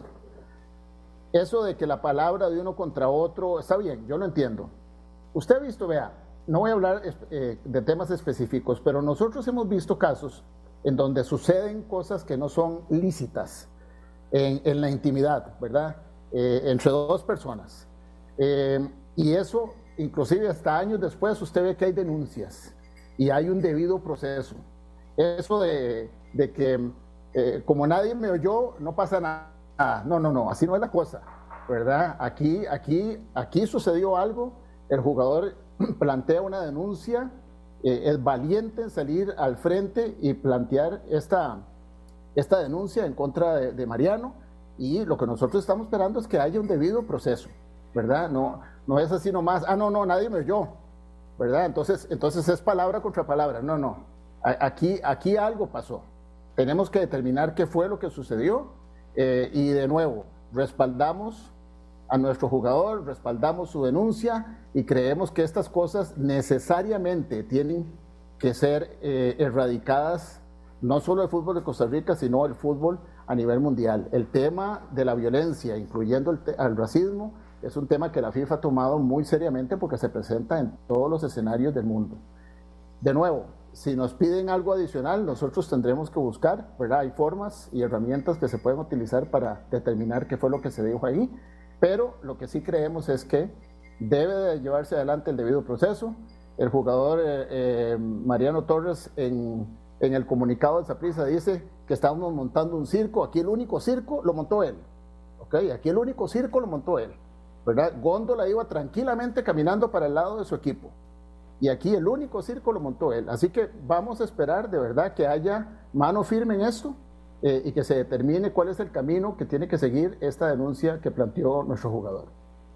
Eso de que la palabra de uno contra otro, está bien, yo lo entiendo. Usted ha visto, vea, no voy a hablar eh, de temas específicos, pero nosotros hemos visto casos en donde suceden cosas que no son lícitas en, en la intimidad, ¿verdad? Eh, entre dos personas. Eh, y eso, inclusive hasta años después, usted ve que hay denuncias y hay un debido proceso. Eso de, de que eh, como nadie me oyó, no pasa nada. No, no, no, así no es la cosa, ¿verdad? Aquí, aquí, aquí sucedió algo, el jugador plantea una denuncia, eh, es valiente en salir al frente y plantear esta, esta denuncia en contra de, de Mariano, y lo que nosotros estamos esperando es que haya un debido proceso, ¿verdad? No, no es así nomás, ah, no, no, nadie me oyó, ¿verdad? Entonces, entonces es palabra contra palabra, no, no, aquí, aquí algo pasó, tenemos que determinar qué fue lo que sucedió, eh, y de nuevo, respaldamos a nuestro jugador, respaldamos su denuncia y creemos que estas cosas necesariamente tienen que ser eh, erradicadas, no solo el fútbol de Costa Rica, sino el fútbol a nivel mundial. El tema de la violencia, incluyendo el, el racismo, es un tema que la FIFA ha tomado muy seriamente porque se presenta en todos los escenarios del mundo. De nuevo, si nos piden algo adicional, nosotros tendremos que buscar, ¿verdad? Hay formas y herramientas que se pueden utilizar para determinar qué fue lo que se dijo ahí, pero lo que sí creemos es que debe de llevarse adelante el debido proceso. El jugador eh, eh, Mariano Torres en, en el comunicado de Saprissa dice que estábamos montando un circo, aquí el único circo lo montó él, ¿ok? Aquí el único circo lo montó él, ¿verdad? Góndola iba tranquilamente caminando para el lado de su equipo. Y aquí el único circo lo montó él. Así que vamos a esperar de verdad que haya mano firme en esto eh, y que se determine cuál es el camino que tiene que seguir esta denuncia que planteó nuestro jugador.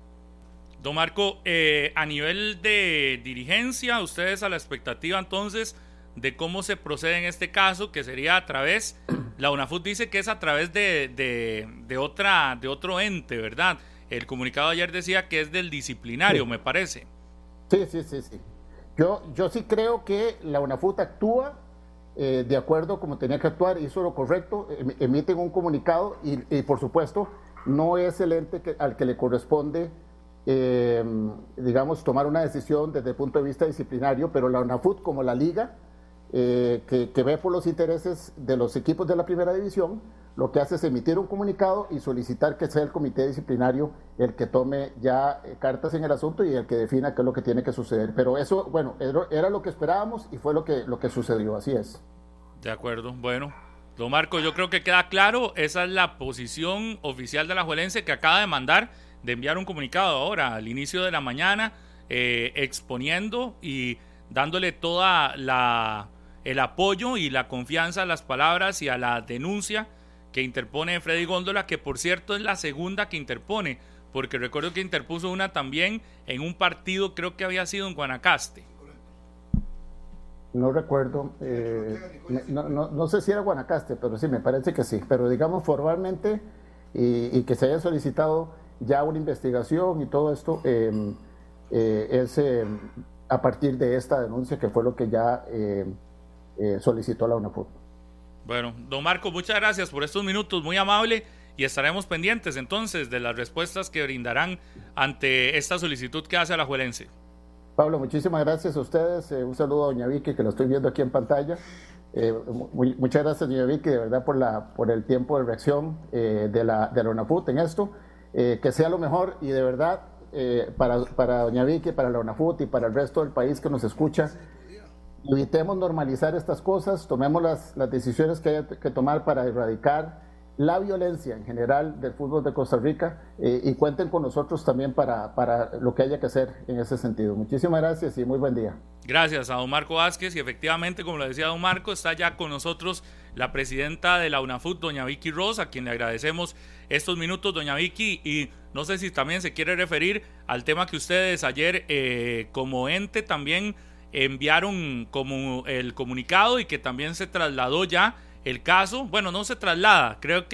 Don Marco, eh, a nivel de dirigencia, ustedes a la expectativa entonces de cómo se procede en este caso, que sería a través, la UNAFUT dice que es a través de, de, de, otra, de otro ente, ¿verdad? El comunicado ayer decía que es del disciplinario, sí. Me parece. Sí, sí, sí, sí. Yo, yo sí creo que la UNAFUT actúa eh, de acuerdo como tenía que actuar, hizo lo correcto, em, emiten un comunicado y, y por supuesto no es el ente que, al que le corresponde, eh, digamos, tomar una decisión desde el punto de vista disciplinario, pero la UNAFUT como la liga, eh, que, que ve por los intereses de los equipos de la primera división, lo que hace es emitir un comunicado y solicitar que sea el comité disciplinario el que tome ya eh, cartas en el asunto y el que defina qué es lo que tiene que suceder. Pero eso, bueno, era, era lo que esperábamos y fue lo que, lo que sucedió, así es. De acuerdo, bueno. Don Marco, yo creo que queda claro, esa es la posición oficial de la Alajuelense que acaba de mandar, de enviar un comunicado ahora al inicio de la mañana, eh, exponiendo y dándole toda la el apoyo y la confianza a las palabras y a la denuncia que interpone Freddy Góndola, que por cierto es la segunda que interpone, porque recuerdo que interpuso una también en un partido, creo que había sido en Guanacaste. No recuerdo, eh, no, no, no sé si era Guanacaste, pero sí, me parece que sí, pero digamos formalmente y, y que se haya solicitado ya una investigación y todo esto eh, eh, es eh, a partir de esta denuncia que fue lo que ya eh, eh, solicitó la UNAFUT. Bueno, don Marco, muchas gracias por estos minutos, muy amable, y estaremos pendientes entonces de las respuestas que brindarán ante esta solicitud que hace Alajuelense. Pablo, muchísimas gracias a ustedes, eh, un saludo a doña Vicky, que lo estoy viendo aquí en pantalla. Eh, muy, muchas gracias, doña Vicky, de verdad por, la, por el tiempo de reacción eh, de la, de la UNAFUT en esto, eh, que sea lo mejor y de verdad eh, para, para doña Vicky, para la UNAFUT y para el resto del país que nos escucha, evitemos normalizar estas cosas, tomemos las, las decisiones que hay que tomar para erradicar la violencia en general del fútbol de Costa Rica eh, y cuenten con nosotros también para, para lo que haya que hacer en ese sentido. Muchísimas gracias y muy buen día. Gracias a don Marco Vázquez y efectivamente, como lo decía don Marco, está ya con nosotros la presidenta de la UNAFUT, doña Vicky Ross, a quien le agradecemos estos minutos, doña Vicky, y no sé si también se quiere referir al tema que ustedes ayer eh, como ente también enviaron como el comunicado y que también se trasladó ya el caso. Bueno, no se traslada, creo que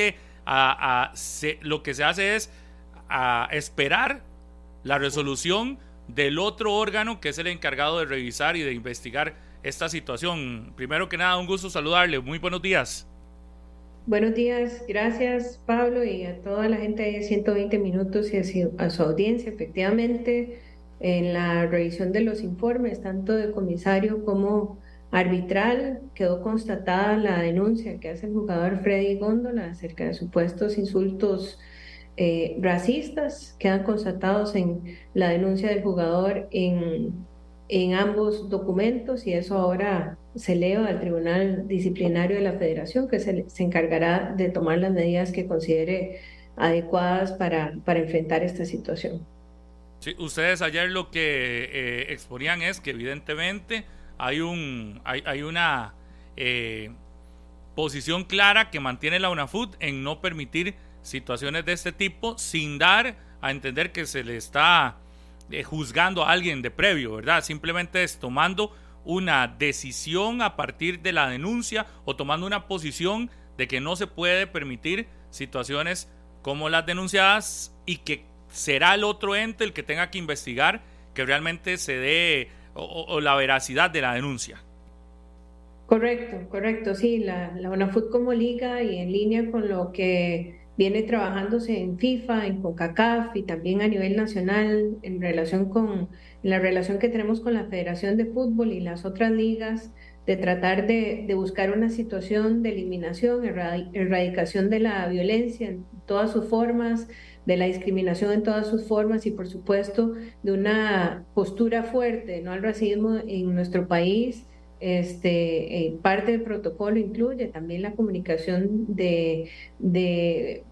a, a se, lo que se hace es a esperar la resolución del otro órgano que es el encargado de revisar y de investigar esta situación. Primero que nada, un gusto saludarle. Muy buenos días. Buenos días, gracias Pablo y a toda la gente de ciento veinte minutos y a su, a su audiencia. Efectivamente, en la revisión de los informes, tanto de comisario como arbitral, quedó constatada la denuncia que hace el jugador Freddy Góndola acerca de supuestos insultos eh, racistas. Quedan constatados en la denuncia del jugador en, en ambos documentos y eso ahora se eleva al Tribunal Disciplinario de la Federación, que se, se encargará de tomar las medidas que considere adecuadas para, para enfrentar esta situación. Sí, ustedes ayer lo que eh, exponían es que evidentemente hay, un, hay, hay una eh, posición clara que mantiene la UNAFUT en no permitir situaciones de este tipo sin dar a entender que se le está eh, juzgando a alguien de previo, ¿verdad? Simplemente es tomando una decisión a partir de la denuncia o tomando una posición de que no se puede permitir situaciones como las denunciadas y que será el otro ente el que tenga que investigar que realmente se dé o, o la veracidad de la denuncia. Correcto, correcto, sí, la, la UNAFUT como liga y en línea con lo que viene trabajándose en FIFA, en CONCACAF y también a nivel nacional en relación con en la relación que tenemos con la Federación de Fútbol y las otras ligas, de tratar de, de buscar una situación de eliminación, erradicación de la violencia en todas sus formas, de la discriminación en todas sus formas y por supuesto de una postura fuerte, no al racismo en nuestro país. Este, eh, parte del protocolo incluye también la comunicación de, de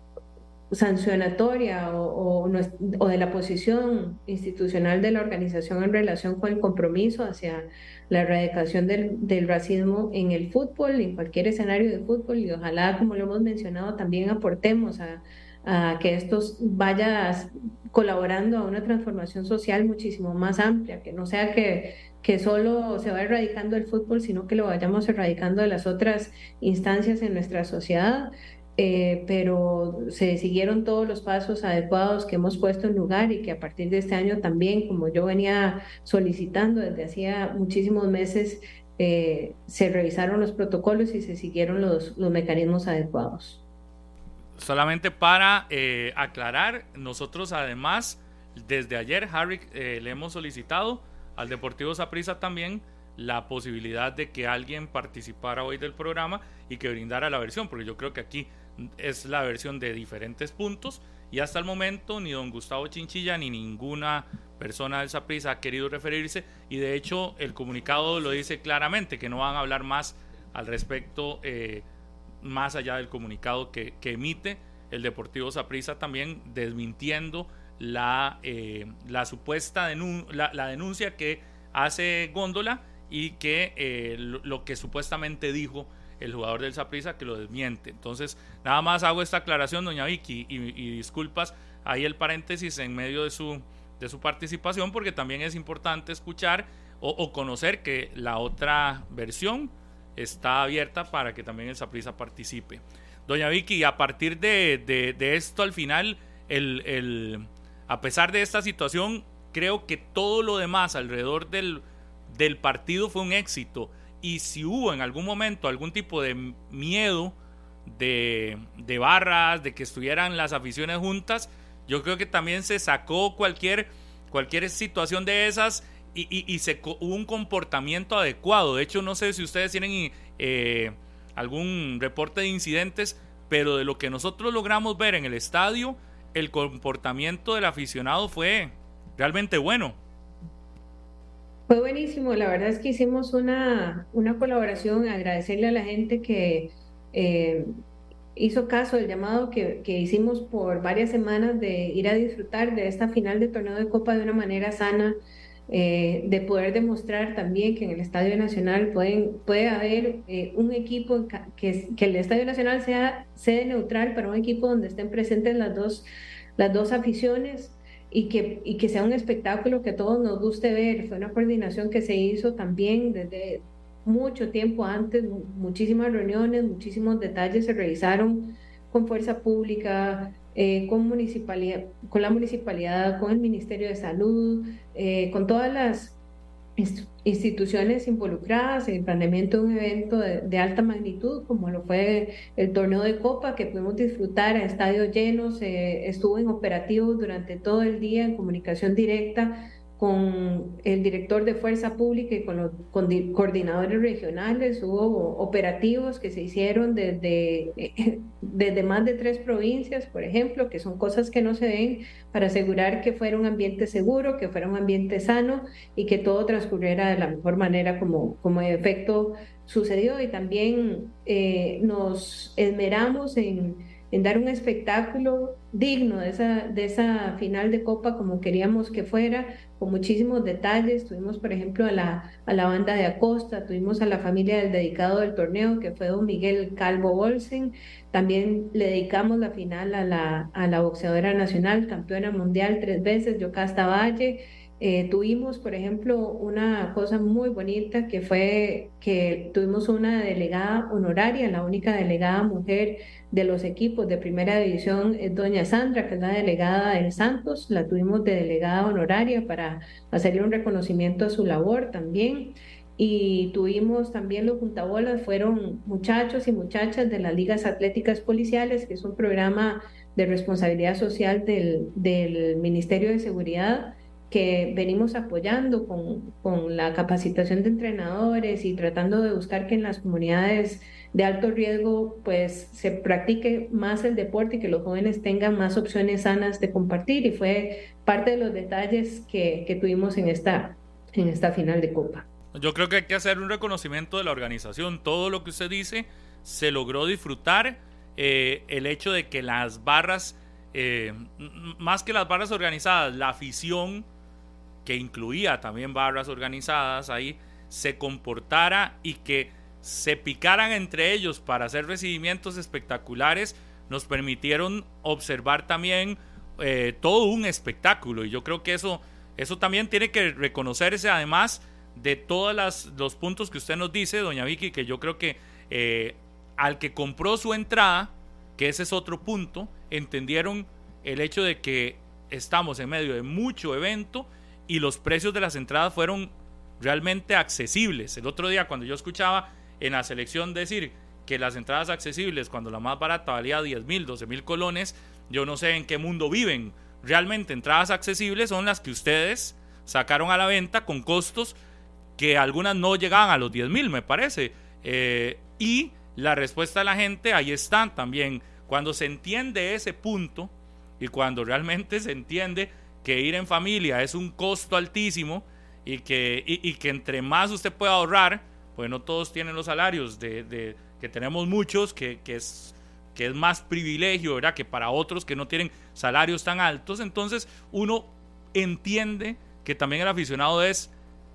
sancionatoria o, o, o de la posición institucional de la organización en relación con el compromiso hacia la erradicación del, del racismo en el fútbol, en cualquier escenario de fútbol y ojalá, como lo hemos mencionado, también aportemos a, a que esto vaya colaborando a una transformación social muchísimo más amplia, que no sea que, que solo se va erradicando el fútbol, sino que lo vayamos erradicando de las otras instancias en nuestra sociedad. Eh, pero se siguieron todos los pasos adecuados que hemos puesto en lugar y que a partir de este año también, como yo venía solicitando desde hacía muchísimos meses, eh, se revisaron los protocolos y se siguieron los, los mecanismos adecuados. Solamente para eh, aclarar, nosotros además desde ayer, Harry, eh, le hemos solicitado al Deportivo Saprissa también la posibilidad de que alguien participara hoy del programa y que brindara la versión, porque yo creo que aquí es la versión de diferentes puntos y hasta el momento ni don Gustavo Chinchilla ni ninguna persona del Saprissa ha querido referirse y de hecho el comunicado lo dice claramente que no van a hablar más al respecto, eh, más allá del comunicado que, que emite el Deportivo Saprissa también desmintiendo la, eh, la supuesta denun- la, la denuncia que hace Góndola y que eh, lo, lo que supuestamente dijo el jugador del Saprissa, que lo desmiente. Entonces, nada más hago esta aclaración, doña Vicky, y, y disculpas ahí el paréntesis en medio de su, de su participación, porque también es importante escuchar o, o conocer que la otra versión está abierta para que también el Saprissa participe. Doña Vicky, a partir de, de, de esto al final, el, el, a pesar de esta situación, creo que todo lo demás alrededor del, del partido fue un éxito. Y si hubo en algún momento algún tipo de miedo de, de barras, de que estuvieran las aficiones juntas, yo creo que también se sacó cualquier, cualquier situación de esas y, y, y se, hubo un comportamiento adecuado. De hecho, no sé si ustedes tienen eh, algún reporte de incidentes, pero de lo que nosotros logramos ver en el estadio, el comportamiento del aficionado fue realmente bueno. Fue buenísimo, la verdad es que hicimos una, una colaboración, agradecerle a la gente que eh, hizo caso del llamado que, que hicimos por varias semanas de ir a disfrutar de esta final de torneo de Copa de una manera sana, eh, de poder demostrar también que en el Estadio Nacional pueden, puede haber eh, un equipo, que, que el Estadio Nacional sea sede neutral para un equipo donde estén presentes las dos, las dos aficiones. Y que, y que sea un espectáculo que a todos nos guste ver. Fue una coordinación que se hizo también desde mucho tiempo antes, muchísimas reuniones, muchísimos detalles se revisaron con Fuerza Pública, eh, con, municipalidad, con la municipalidad, con el Ministerio de Salud, eh, con todas las instituciones involucradas en el planeamiento de un evento de, de alta magnitud, como lo fue el torneo de Copa, que pudimos disfrutar a estadios llenos, eh, estuvo en operativos durante todo el día en comunicación directa con el director de Fuerza Pública y con los con coordinadores regionales. Hubo operativos que se hicieron desde, desde más de tres provincias, por ejemplo, que son cosas que no se ven, para asegurar que fuera un ambiente seguro, que fuera un ambiente sano y que todo transcurriera de la mejor manera como, como en efecto sucedió. Y también eh, nos esmeramos en, en dar un espectáculo digno de esa, de esa final de Copa como queríamos que fuera, con muchísimos detalles. Tuvimos, por ejemplo, a la, a la banda de Acosta, tuvimos a la familia del dedicado del torneo, que fue don Miguel Calvo Bolsen. También le dedicamos la final a la, a la boxeadora nacional, campeona mundial tres veces, Yocasta Valle. Eh, tuvimos, por ejemplo, una cosa muy bonita, que fue que tuvimos una delegada honoraria, la única delegada mujer de los equipos de primera división es doña Sandra, que es la delegada del Santos. La tuvimos de delegada honoraria para hacerle un reconocimiento a su labor también. Y tuvimos también los juntabolas, fueron muchachos y muchachas de las ligas atléticas policiales, que es un programa de responsabilidad social del, del Ministerio de Seguridad, que venimos apoyando con, con la capacitación de entrenadores y tratando de buscar que en las comunidades de alto riesgo pues se practique más el deporte y que los jóvenes tengan más opciones sanas de compartir, y fue parte de los detalles que, que tuvimos en esta, en esta final de Copa. Yo creo que hay que hacer un reconocimiento de la organización. Todo lo que usted dice se logró disfrutar. Eh, el hecho de que las barras, eh, más que las barras organizadas, la afición, que incluía también barras organizadas ahí, se comportara y que se picaran entre ellos para hacer recibimientos espectaculares, nos permitieron observar también eh, todo un espectáculo. Y yo creo que eso, eso también tiene que reconocerse, además de todos las, los puntos que usted nos dice, doña Vicky, que yo creo que eh, al que compró su entrada, que ese es otro punto, entendieron el hecho de que estamos en medio de mucho evento y los precios de las entradas fueron realmente accesibles. El otro día, cuando yo escuchaba en la selección decir que las entradas accesibles, cuando la más barata valía diez mil, doce mil colones, yo no sé en qué mundo viven. Realmente entradas accesibles son las que ustedes sacaron a la venta con costos que algunas no llegaban a los diez mil, me parece. Eh, y la respuesta de la gente, ahí están también. Cuando se entiende ese punto y cuando realmente se entiende que ir en familia es un costo altísimo y que, y, y que entre más usted pueda ahorrar, pues no todos tienen los salarios de, de que tenemos muchos, que, que, es, que es más privilegio, ¿verdad?, que para otros que no tienen salarios tan altos. Entonces uno entiende que también el aficionado es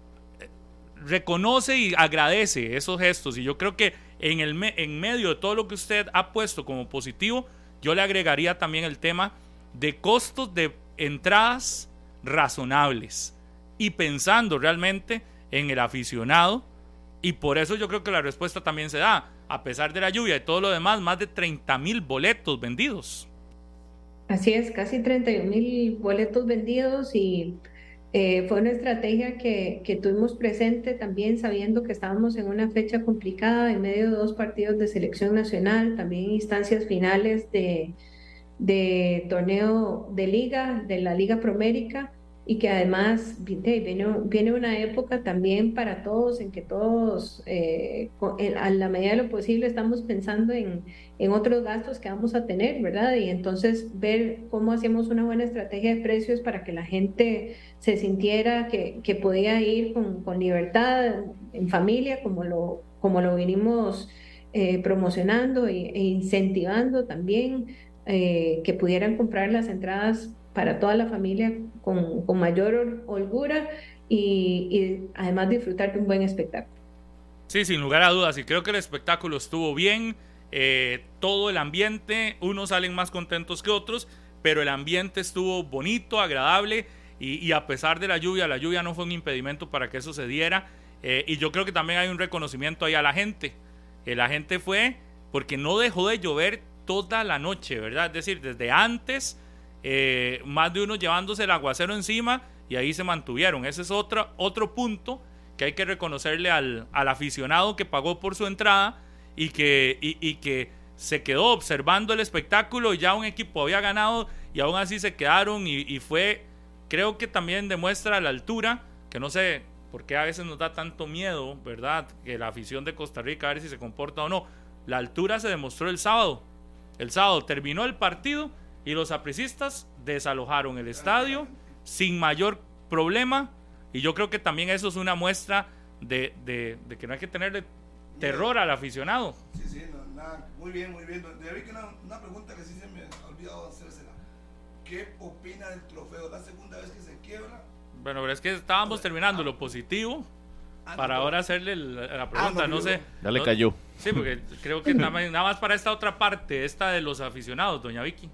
reconoce y agradece esos gestos, y yo creo que en, el me, en medio de todo lo que usted ha puesto como positivo, yo le agregaría también el tema de costos de entradas razonables y pensando realmente en el aficionado. Y por eso yo creo que la respuesta también se da, a pesar de la lluvia y todo lo demás, más de treinta mil boletos vendidos. Así es, casi treinta y un mil boletos vendidos, y eh, fue una estrategia que, que tuvimos presente también, sabiendo que estábamos en una fecha complicada en medio de dos partidos de selección nacional, también instancias finales de de torneo de liga, de la Liga Promérica, y que además viene, viene una época también para todos en que todos, eh, a la medida de lo posible, estamos pensando en, en otros gastos que vamos a tener, ¿verdad? Y entonces ver cómo hacemos una buena estrategia de precios para que la gente se sintiera que, que podía ir con, con libertad, en familia, como lo, como lo vinimos eh, promocionando e, e incentivando también. Eh, que pudieran comprar las entradas para toda la familia con, con mayor holgura y, y además disfrutar de un buen espectáculo. Sí, sin lugar a dudas, y creo que el espectáculo estuvo bien, eh, todo el ambiente, unos salen más contentos que otros, pero el ambiente estuvo bonito, agradable, y, y a pesar de la lluvia, la lluvia no fue un impedimento para que eso se diera, eh, y yo creo que también hay un reconocimiento ahí a la gente. Eh, la gente fue porque no dejó de llover toda la noche, ¿verdad? Es decir, desde antes, eh, más de uno llevándose el aguacero encima y ahí se mantuvieron. Ese es otro, otro punto que hay que reconocerle al, al aficionado que pagó por su entrada y que, y, y que se quedó observando el espectáculo. Ya un equipo había ganado y aún así se quedaron y, y fue, creo que también demuestra la altura, que no sé por qué a veces nos da tanto miedo, ¿verdad? Que la afición de Costa Rica, a ver si se comporta o no. La altura se demostró el sábado. El sábado terminó el partido y los sapricistas desalojaron el estadio sin mayor problema, y yo creo que también eso es una muestra de, de, de que no hay que tenerle terror al aficionado. Sí, sí, no, nada, muy bien, muy bien. David, una, una pregunta que sí se me ha olvidado hacérsela. ¿Qué opina del trofeo? ¿La segunda vez que se quiebra? Bueno, pero es que estábamos terminando lo positivo para ahora hacerle la pregunta, ah, no, no sé. Ya le cayó. Sí, porque creo que nada más, nada más para esta otra parte, esta de los aficionados, doña Vicky.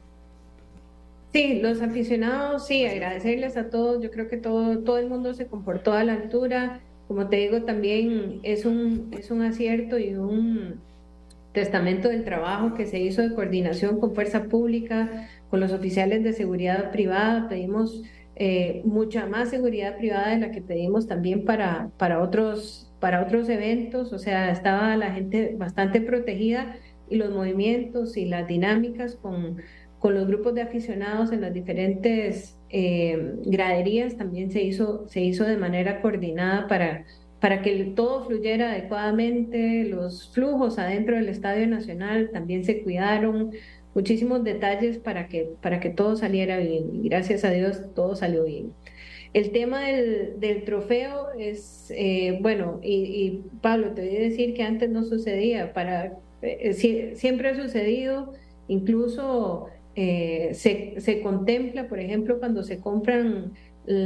Sí, los aficionados, sí, agradecerles a todos. Yo creo que todo, todo el mundo se comportó a la altura. Como te digo, también es un, es un acierto y un testamento del trabajo que se hizo de coordinación con Fuerza Pública, con los oficiales de seguridad privada. Pedimos eh, mucha más seguridad privada de la que pedimos también para, para, otros, para otros eventos. O sea, estaba la gente bastante protegida y los movimientos y las dinámicas con... con los grupos de aficionados en las diferentes eh, graderías también se hizo, se hizo de manera coordinada para, para que todo fluyera adecuadamente. Los flujos adentro del Estadio Nacional también se cuidaron, muchísimos detalles para que, para que todo saliera bien, y gracias a Dios todo salió bien. El tema del, del trofeo es, eh, bueno, y, y Pablo, te voy a decir que antes no sucedía, para, eh, si, siempre ha sucedido, incluso... Eh, se, se contempla, por ejemplo, cuando se compran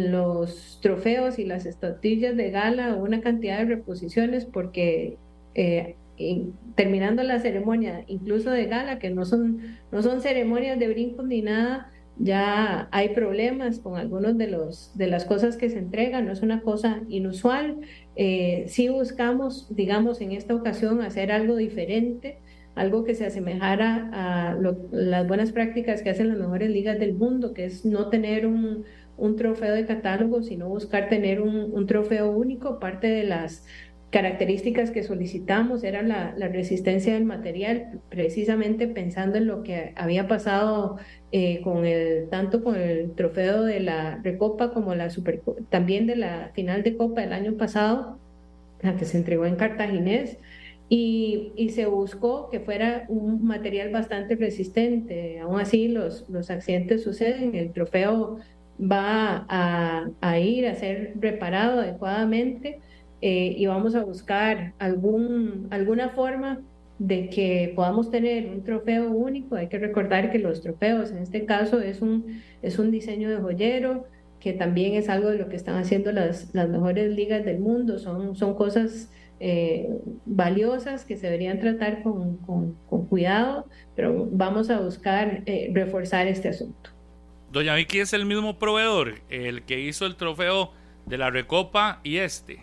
los trofeos y las estatuillas de gala, una cantidad de reposiciones, porque eh, en, terminando la ceremonia, incluso de gala, que no son, no son ceremonias de brincos ni nada, ya hay problemas con algunos de, los, de las cosas que se entregan. No es una cosa inusual. Eh, sí buscamos, digamos, en esta ocasión hacer algo diferente, algo que se asemejara a lo, las buenas prácticas que hacen las mejores ligas del mundo, que es no tener un, un trofeo de catálogo, sino buscar tener un, un trofeo único. Parte de las características que solicitamos era la, la resistencia del material, precisamente pensando en lo que había pasado eh, con el, tanto con el trofeo de la Recopa como la Super, también de la final de Copa del año pasado, la que se entregó en Cartaginés. Y, y se buscó que fuera un material bastante resistente. Aún así los, los accidentes suceden, el trofeo va a, a ir a ser reparado adecuadamente, eh, y vamos a buscar algún, alguna forma de que podamos tener un trofeo único. Hay que recordar que los trofeos en este caso es un, es un diseño de joyero, que también es algo de lo que están haciendo las, las mejores ligas del mundo. Son, son cosas Eh, valiosas que se deberían tratar con, con, con cuidado, pero vamos a buscar eh, reforzar este asunto. Doña Vicky, ¿es el mismo proveedor el que hizo el trofeo de la Recopa y este?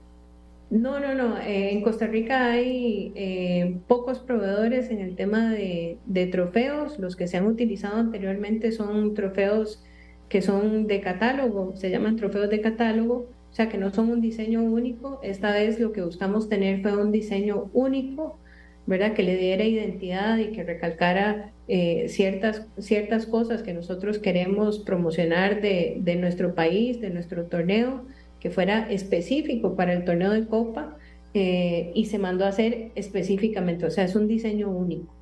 No, no, no. Eh, en Costa Rica hay eh, pocos proveedores en el tema de, de trofeos. Los que se han utilizado anteriormente son trofeos que son de catálogo, se llaman trofeos de catálogo. O sea, que no son un diseño único. Esta vez lo que buscamos tener fue un diseño único, ¿verdad? Que le diera identidad y que recalcara eh, ciertas, ciertas cosas que nosotros queremos promocionar de, de nuestro país, de nuestro torneo, que fuera específico para el torneo de Copa, eh, y se mandó a hacer específicamente. O sea, es un diseño único.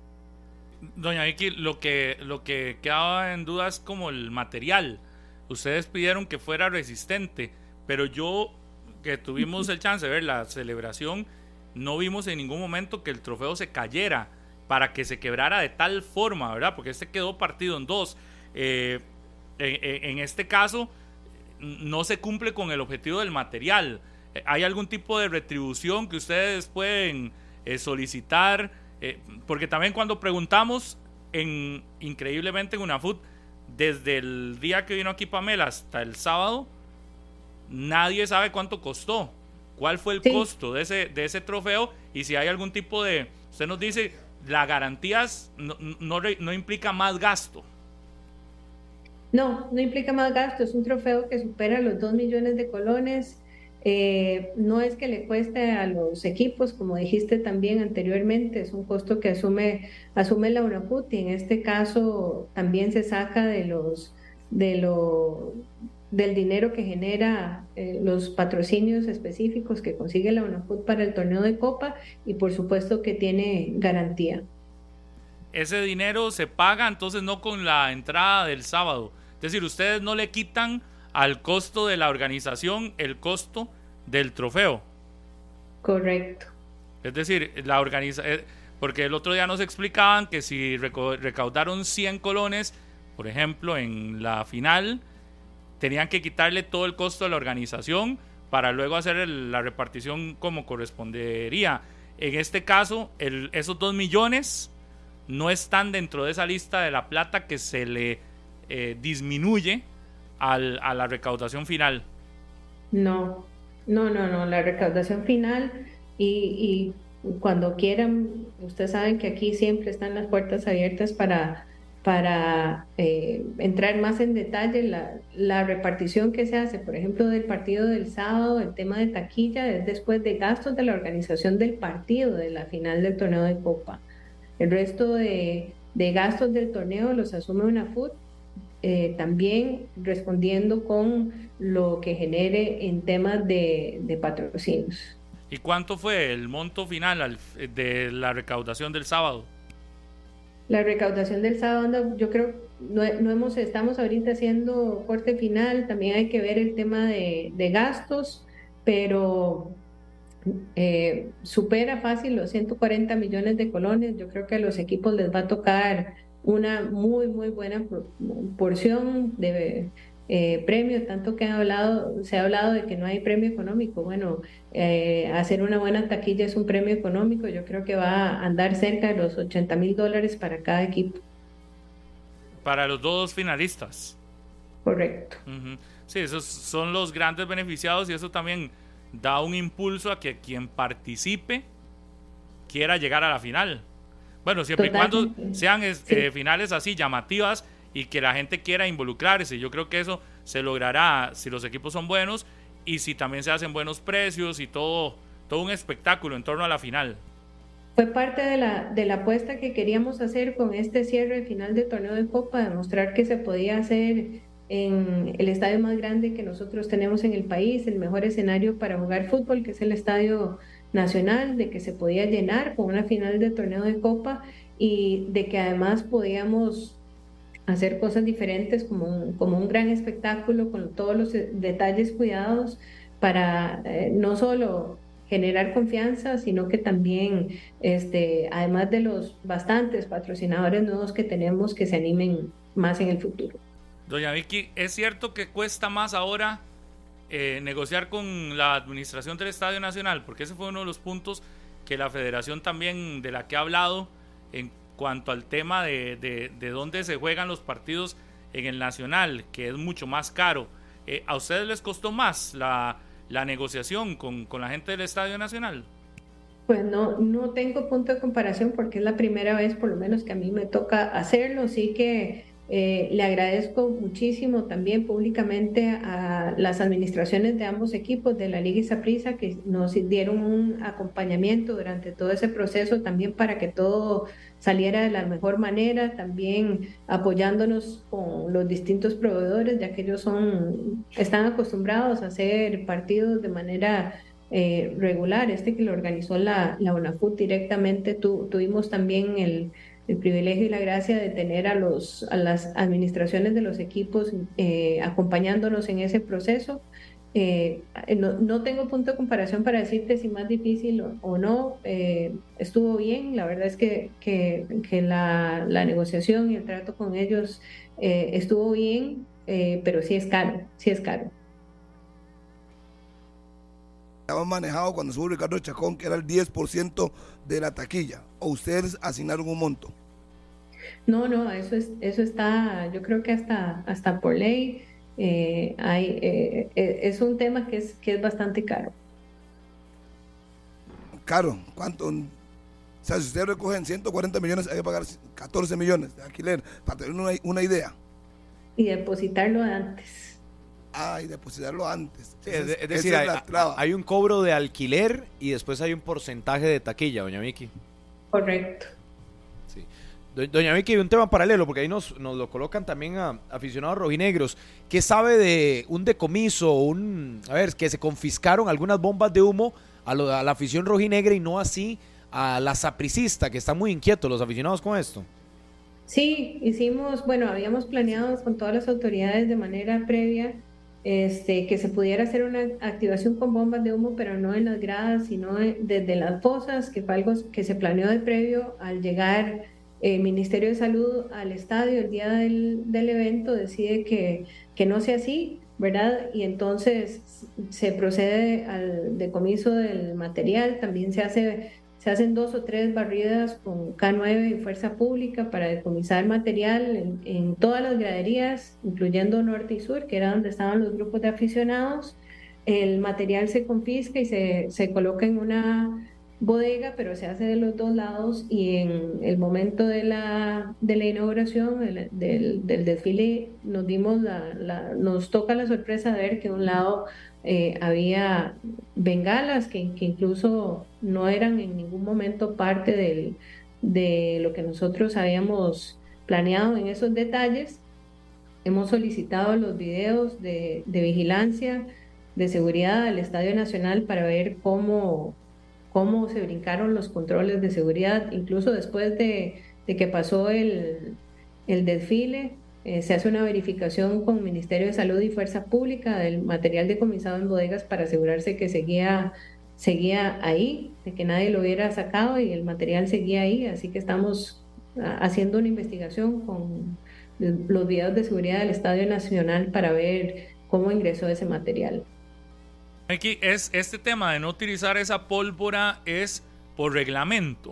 Doña Vicky, lo que, lo que quedaba en duda es como el material. Ustedes pidieron que fuera resistente, pero yo, que tuvimos el chance de ver la celebración, no vimos en ningún momento que el trofeo se cayera para que se quebrara de tal forma, ¿verdad? Porque este quedó partido en dos. Eh, en, en este caso, no se cumple con el objetivo del material. ¿Hay algún tipo de retribución que ustedes pueden eh, solicitar? Eh, porque también cuando preguntamos, en, increíblemente en UNAFUT, desde el día que vino aquí Pamela hasta el sábado, nadie sabe cuánto costó, cuál fue el sí. costo de ese, de ese trofeo, y si hay algún tipo de, usted nos dice la garantías no, no, no implica más gasto. No, no implica más gasto, es un trofeo que supera los dos millones de colones. Eh, no es que le cueste a los equipos, como dijiste también anteriormente, es un costo que asume, asume la UNAFUT, y en este caso también se saca de los, de lo, del dinero que genera eh, los patrocinios específicos que consigue la UNAFUT para el torneo de Copa, y por supuesto que tiene garantía. Ese dinero se paga entonces no con la entrada del sábado, es decir, ustedes no le quitan al costo de la organización el costo del trofeo. Correcto. Es decir, la organiza porque el otro día nos explicaban que si recaudaron cien colones, por ejemplo, en la final, tenían que quitarle todo el costo de la organización para luego hacer el, la repartición como correspondería. En este caso, el, esos dos millones no están dentro de esa lista de la plata que se le eh, disminuye al, a la recaudación final. No, no, no, no, la recaudación final y, y cuando quieran, ustedes saben que aquí siempre están las puertas abiertas para, para eh, entrar más en detalle. La, la repartición que se hace, por ejemplo, del partido del sábado, el tema de taquilla, es después de gastos de la organización del partido de la final del torneo de Copa. El resto de, de gastos del torneo los asume UNAFUT, eh, también respondiendo con lo que genere en temas de, de patrocinios. ¿Y cuánto fue el monto final al, de la recaudación del sábado? La recaudación del sábado, yo creo, no, no hemos, estamos ahorita haciendo corte final, también hay que ver el tema de, de gastos, pero eh, supera fácil los ciento cuarenta millones de colones. Yo creo que a los equipos les va a tocar una muy, muy buena porción de eh, premio, tanto que ha hablado, se ha hablado de que no hay premio económico. Bueno, eh, hacer una buena taquilla es un premio económico. Yo creo que va a andar cerca de los ochenta mil dólares para cada equipo. Para los dos finalistas. Correcto. Uh-huh. Sí, esos son los grandes beneficiados y eso también da un impulso a que quien participe quiera llegar a la final. Bueno, siempre Totalmente. y cuando sean eh, sí. finales así llamativas y que la gente quiera involucrarse. Yo creo que eso se logrará si los equipos son buenos y si también se hacen buenos precios y todo, todo un espectáculo en torno a la final. Fue parte de la, de la apuesta que queríamos hacer con este cierre final de torneo de Copa, demostrar que se podía hacer en el estadio más grande que nosotros tenemos en el país, el mejor escenario para jugar fútbol, que es el Estadio Nacional, de que se podía llenar con una final de torneo de Copa y de que además podíamos hacer cosas diferentes como un, como un gran espectáculo con todos los detalles cuidados para eh, no solo generar confianza, sino que también, este, además de los bastantes patrocinadores nuevos que tenemos, que se animen más en el futuro. Doña Vicky, ¿es cierto que cuesta más ahora eh, negociar con la administración del Estadio Nacional? Porque ese fue uno de los puntos que la federación también de la que ha hablado en cuanto al tema de, de, de dónde se juegan los partidos en el Nacional, que es mucho más caro. Eh, ¿A ustedes les costó más la, la negociación con, con la gente del Estadio Nacional? Pues no, no tengo punto de comparación porque es la primera vez por lo menos que a mí me toca hacerlo, sí que Eh, le agradezco muchísimo también públicamente a las administraciones de ambos equipos, de la Liga y Saprissa, que nos dieron un acompañamiento durante todo ese proceso también para que todo saliera de la mejor manera, también apoyándonos con los distintos proveedores, ya que ellos son, están acostumbrados a hacer partidos de manera eh, regular. Este que lo organizó la, la UNAFUT directamente, tu, tuvimos también el el privilegio y la gracia de tener a, los, a las administraciones de los equipos eh, acompañándonos en ese proceso. Eh, no, no tengo punto de comparación para decirte si más difícil o, o no. Eh, estuvo bien, la verdad es que, que, que la, la negociación y el trato con ellos eh, estuvo bien, eh, pero sí es caro, sí es caro. Estaban manejado cuando estuvo Ricardo Chacón, que era el diez por ciento de la taquilla, o ustedes asignaron un monto. No, no, eso es, eso está, yo creo que hasta, hasta por ley eh, hay, eh, es un tema que es, que es bastante caro. Caro, ¿cuánto? sea, si ustedes recogen ciento cuarenta millones, hay que pagar catorce millones de alquiler, para tener una, una idea. Y depositarlo antes. Ah, y depositarlo antes. Sí, Esa es, es, es decir, esa hay, es la traba. hay un cobro de alquiler y después hay un porcentaje de taquilla, doña Vicky. Correcto. Sí. Do, doña Vicky, un tema paralelo, porque ahí nos, nos lo colocan también a aficionados rojinegros. ¿Qué sabe de un decomiso, un, a ver, que se confiscaron algunas bombas de humo a, lo, a la afición rojinegra y no así a la sapricista, que están muy inquietos los aficionados con esto? Sí, hicimos, bueno, habíamos planeado con todas las autoridades de manera previa este, que se pudiera hacer una activación con bombas de humo, pero no en las gradas, sino desde las fosas, que fue algo que se planeó de previo. Al llegar el Ministerio de Salud al estadio el día del, del evento, decide que, que no sea así, ¿verdad? Y entonces se procede al decomiso del material, también se hace... Se hacen dos o tres barridas con K nueve y Fuerza Pública para decomisar material en, en todas las graderías, incluyendo norte y sur, que era donde estaban los grupos de aficionados. El material se confisca y se, se coloca en una bodega, pero se hace de los dos lados, y en el momento de la, de la inauguración, del, del, del desfile, nos, dimos la, la, nos toca la sorpresa de ver que de un lado Eh, había bengalas que, que incluso no eran en ningún momento parte del, de lo que nosotros habíamos planeado en esos detalles. Hemos solicitado los videos de, de vigilancia, de seguridad al Estadio Nacional para ver cómo, cómo se brincaron los controles de seguridad, incluso después de, de que pasó el, el desfile. Eh, se hace una verificación con Ministerio de Salud y Fuerza Pública del material decomisado en bodegas para asegurarse que seguía, seguía ahí, de que nadie lo hubiera sacado y el material seguía ahí. Así que estamos a, haciendo una investigación con los videos de seguridad del Estadio Nacional para ver cómo ingresó ese material. Aquí es este tema de no utilizar esa pólvora es por reglamento.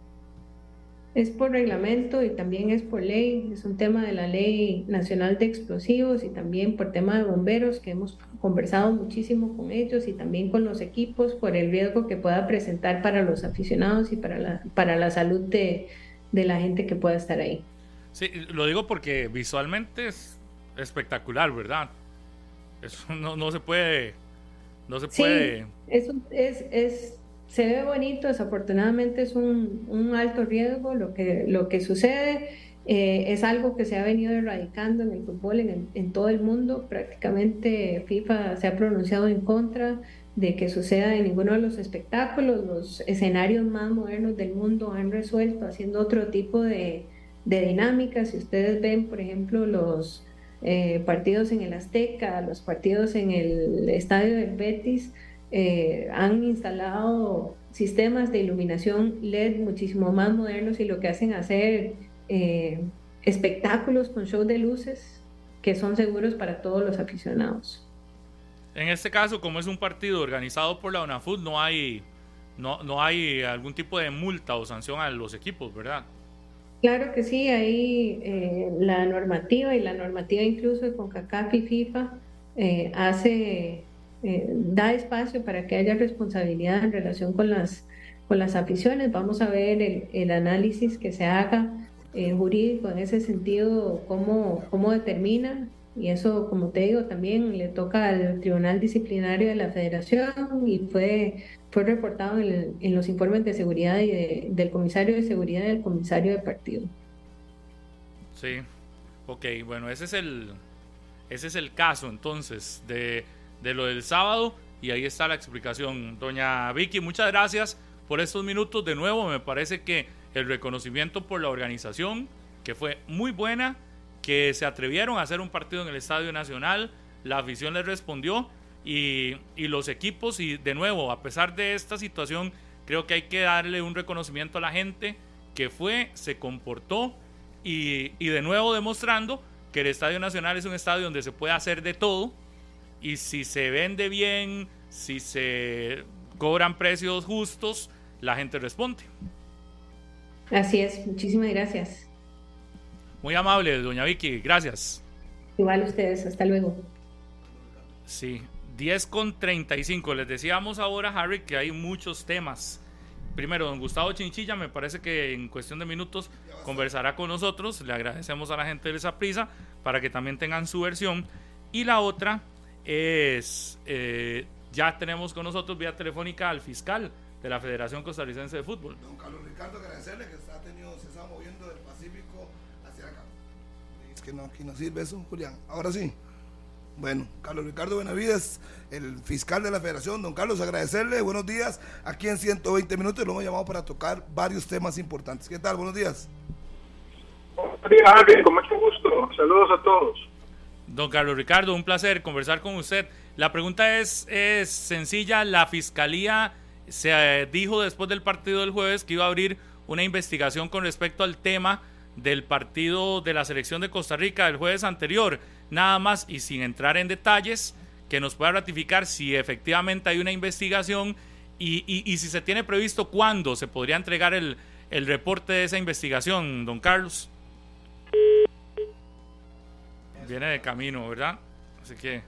Es por reglamento y también es por ley, es un tema de la Ley Nacional de Explosivos y también por tema de bomberos, que hemos conversado muchísimo con ellos y también con los equipos por el riesgo que pueda presentar para los aficionados y para la, para la salud de, de la gente que pueda estar ahí. Sí, lo digo porque visualmente es espectacular, ¿verdad? Eso no, no se puede, no se puede. Sí, es, es, es se ve bonito, desafortunadamente es un, un alto riesgo lo que, lo que sucede. Eh, es algo que se ha venido erradicando en el fútbol en, en todo el mundo. Prácticamente FIFA se ha pronunciado en contra de que suceda en ninguno de los espectáculos. Los escenarios más modernos del mundo han resuelto haciendo otro tipo de, de dinámicas. Si ustedes ven, por ejemplo, los eh, partidos en el Azteca, los partidos en el estadio del Betis, Eh, han instalado sistemas de iluminación L E D muchísimo más modernos y lo que hacen es hacer eh, espectáculos con show de luces que son seguros para todos los aficionados. En este caso, como es un partido organizado por la UNAFUT, no hay, no, no hay algún tipo de multa o sanción a los equipos, ¿verdad? Claro que sí, hay eh, la normativa y la normativa incluso de CONCACAF y FIFA eh, hace... Eh, da espacio para que haya responsabilidad en relación con las, con las aficiones. Vamos a ver el, el análisis que se haga eh, jurídico en ese sentido, cómo, cómo determina, y eso, como te digo, también le toca al Tribunal Disciplinario de la Federación y fue, fue reportado en, el, en los informes de seguridad y de, del comisario de seguridad y del comisario de partido. Sí, ok, bueno, ese es el, ese es el caso entonces de... de lo del sábado, y ahí está la explicación. Doña Vicky, muchas gracias por estos minutos. De nuevo, me parece que el reconocimiento por la organización, que fue muy buena, que se atrevieron a hacer un partido en el Estadio Nacional, la afición les respondió, y, y los equipos, y de nuevo, a pesar de esta situación, creo que hay que darle un reconocimiento a la gente que fue, se comportó, y, y de nuevo demostrando que el Estadio Nacional es un estadio donde se puede hacer de todo. Y si se vende bien, si se cobran precios justos, la gente responde. Así es, muchísimas gracias. Muy amable, doña Vicky, gracias. Igual ustedes, hasta luego. Sí, diez con treinta y cinco. Les decíamos ahora, Harry, que hay muchos temas primero, don Gustavo Chinchilla, me parece que en cuestión de minutos conversará con nosotros. Le agradecemos a la gente de Saprissa para que también tengan su versión. Y la otra es, eh, ya tenemos con nosotros vía telefónica al fiscal de la Federación Costarricense de Fútbol. Don Carlos Ricardo, agradecerle que está tenido, se está moviendo del Pacífico hacia acá. Es que no, aquí no sirve eso, Julián. Ahora sí. Bueno, Carlos Ricardo Benavides, el fiscal de la Federación. Don Carlos, agradecerle, buenos días. Aquí en ciento veinte minutos lo hemos llamado para tocar varios temas importantes. ¿Qué tal? Buenos días. Buenos días, Alvin, con mucho gusto. Saludos a todos. Don Carlos Ricardo, un placer conversar con usted. La pregunta es, es sencilla. La Fiscalía se eh, dijo después del partido del jueves que iba a abrir una investigación con respecto al tema del partido de la selección de Costa Rica del jueves anterior. Nada más y sin entrar en detalles, que nos pueda ratificar si efectivamente hay una investigación y, y, y si se tiene previsto cuándo se podría entregar el, el reporte de esa investigación, don Carlos. Viene de camino, ¿verdad? Así que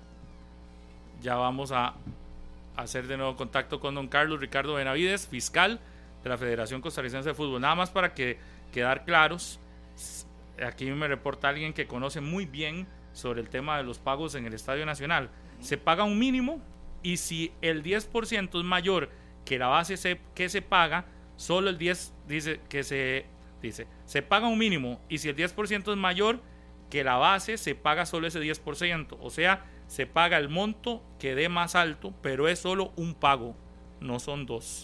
ya vamos a hacer de nuevo contacto con don Carlos Ricardo Benavides, fiscal de la Federación Costarricense de Fútbol. Nada más para que quedar claros, aquí me reporta alguien que conoce muy bien sobre el tema de los pagos en el Estadio Nacional. Se paga un mínimo y si el diez por ciento es mayor que la base se, que se paga, solo el diez dice que se dice, se paga un mínimo y si el diez por ciento es mayor que la base, se paga solo ese diez por ciento, o sea, se paga el monto que dé más alto, pero es solo un pago, no son dos.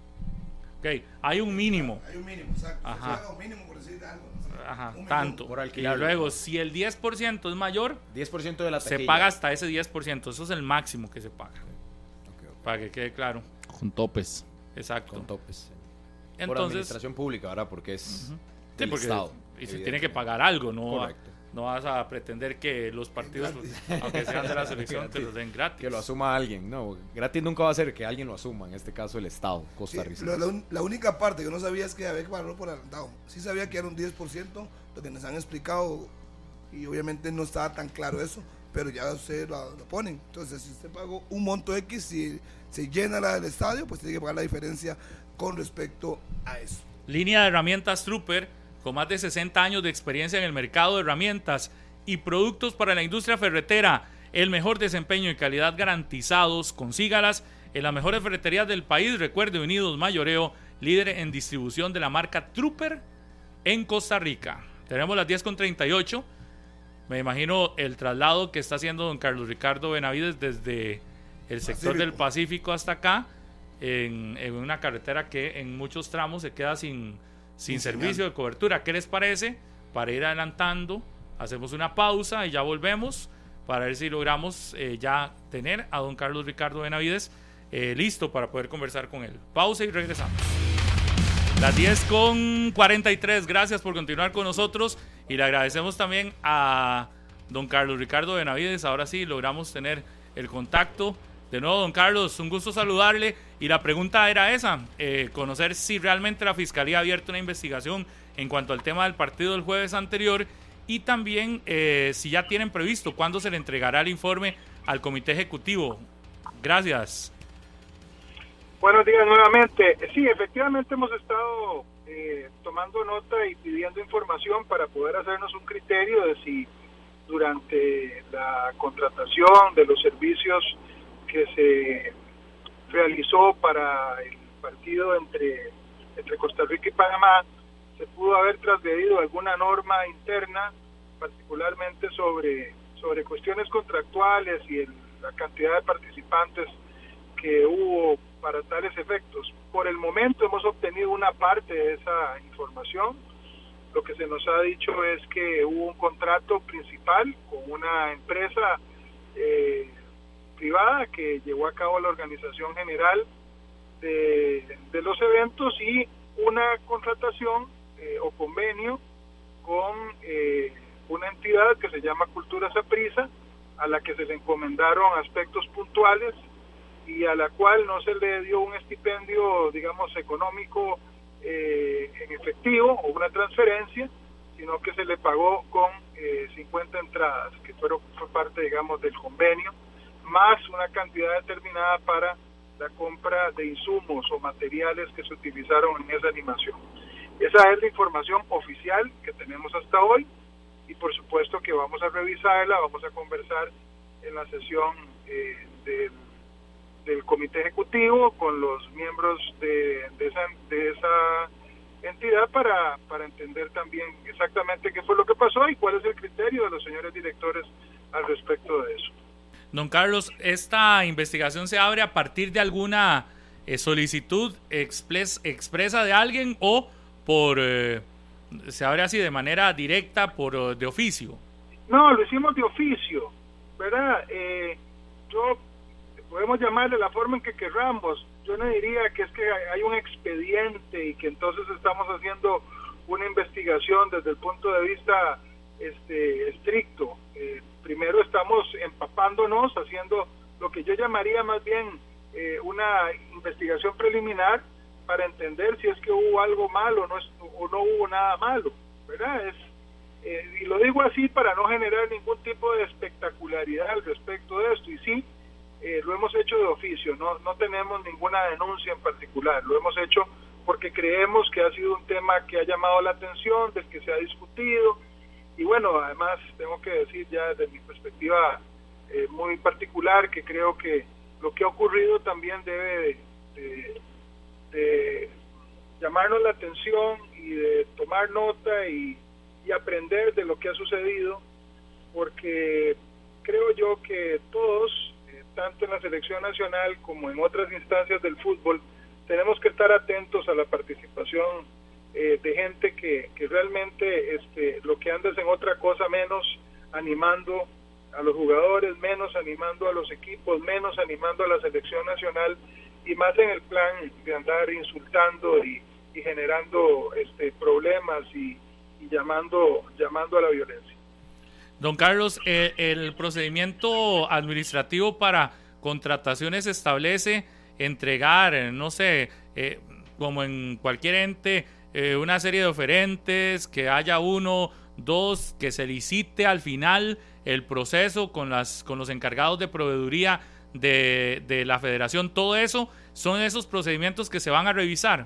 Ok, hay un mínimo. Hay un mínimo, exacto. Ajá. Un mínimo por decir algo. Ajá, tanto. Por alquiler. Y luego, si el diez por ciento es mayor, diez por ciento de la taquilla, se paga hasta ese diez por ciento. Eso es el máximo que se paga. Okay, okay. Para que quede claro. Con topes. Exacto. Con topes. Entonces, por administración pública, ¿verdad? Porque es uh-huh. del sí, Estado. Y se tiene que pagar algo, ¿no? Correcto. No vas a pretender que los partidos, aunque sean de la selección, te los den gratis. Que lo asuma alguien. No, gratis nunca va a ser que alguien lo asuma, en este caso el Estado costarricense. Sí, la, la única parte que no sabía es que había que pagarlo por adelantado. Sí sabía que era un diez por ciento, lo que nos han explicado, y obviamente no estaba tan claro eso, pero ya ustedes lo, lo ponen. Entonces, si usted pagó un monto X, si se llena la del estadio, pues tiene que pagar la diferencia con respecto a eso. Línea de herramientas Trooper, con más de sesenta años de experiencia en el mercado de herramientas y productos para la industria ferretera. El mejor desempeño y calidad garantizados. Consígalas en las mejores ferreterías del país. Recuerde, Unidos Mayoreo, líder en distribución de la marca Trooper en Costa Rica. Tenemos las diez con treinta y ocho. Me imagino el traslado que está haciendo don Carlos Ricardo Benavides desde el sector Pacífico. del Pacífico hasta acá, en, en una carretera que en muchos tramos se queda sin... sin servicio de cobertura. ¿Qué les parece? Para ir adelantando, hacemos una pausa y ya volvemos para ver si logramos eh, ya tener a don Carlos Ricardo Benavides eh, listo para poder conversar con él. Pausa y regresamos. Las diez con cuarenta y tres, gracias por continuar con nosotros y le agradecemos también a don Carlos Ricardo Benavides. Ahora sí logramos tener el contacto. De nuevo, don Carlos, un gusto saludarle. Y la pregunta era esa, eh, conocer si realmente la Fiscalía ha abierto una investigación en cuanto al tema del partido del jueves anterior y también eh, si ya tienen previsto cuándo se le entregará el informe al Comité Ejecutivo. Gracias. Buenos días nuevamente. Sí, efectivamente hemos estado eh, tomando nota y pidiendo información para poder hacernos un criterio de si durante la contratación de los servicios que se realizó para el partido entre, entre Costa Rica y Panamá, se pudo haber trasgredido alguna norma interna, particularmente sobre, sobre cuestiones contractuales y el, la cantidad de participantes que hubo para tales efectos. Por el momento hemos obtenido una parte de esa información. Lo que se nos ha dicho es que hubo un contrato principal con una empresa eh, privada que llevó a cabo la organización general de, de los eventos y una contratación eh, o convenio con eh, una entidad que se llama Cultura Saprissa, a la que se le encomendaron aspectos puntuales y a la cual no se le dio un estipendio, digamos, económico eh, en efectivo o una transferencia, sino que se le pagó con eh, cincuenta entradas, que fueron, fue parte, digamos, del convenio, más una cantidad determinada para la compra de insumos o materiales que se utilizaron en esa animación. Esa es la información oficial que tenemos hasta hoy y por supuesto que vamos a revisarla, vamos a conversar en la sesión eh, del, del comité ejecutivo con los miembros de, de, esa, de esa entidad para, para entender también exactamente qué fue lo que pasó y cuál es el criterio de los señores directores al respecto de eso. Don Carlos, ¿esta investigación se abre a partir de alguna eh, solicitud expres, expresa de alguien o por eh, se abre así de manera directa por de oficio? No, lo hicimos de oficio, ¿verdad? Eh, yo, podemos llamarle la forma en que querramos. Yo no diría que es que hay un expediente y que entonces estamos haciendo una investigación desde el punto de vista este, estricto. Eh, primero estamos empapándonos, haciendo lo que yo llamaría más bien eh, una investigación preliminar para entender si es que hubo algo malo no es, o no hubo nada malo, ¿verdad? Es, eh, y lo digo así para no generar ningún tipo de espectacularidad al respecto de esto, y sí, eh, lo hemos hecho de oficio, no, no tenemos ninguna denuncia en particular, lo hemos hecho porque creemos que ha sido un tema que ha llamado la atención, del que se ha discutido, y bueno, además tengo que decir ya desde mi perspectiva eh, muy particular que creo que lo que ha ocurrido también debe de, de, de llamarnos la atención y de tomar nota y, y aprender de lo que ha sucedido, porque creo yo que todos, eh, tanto en la selección nacional como en otras instancias del fútbol, tenemos que estar atentos a la participación eh, de gente que, que realmente este, lo que anda es en otra cosa menos animando a los jugadores, menos animando a los equipos, menos animando a la selección nacional y más en el plan de andar insultando y, y generando este, problemas y, y llamando, llamando a la violencia. Don Carlos, eh, el procedimiento administrativo para contrataciones establece entregar, eh, no sé, eh, como en cualquier ente, eh, una serie de oferentes, que haya uno, dos, que se licite al final el proceso con, las, con los encargados de proveeduría de, de la federación. Todo eso son esos procedimientos que se van a revisar.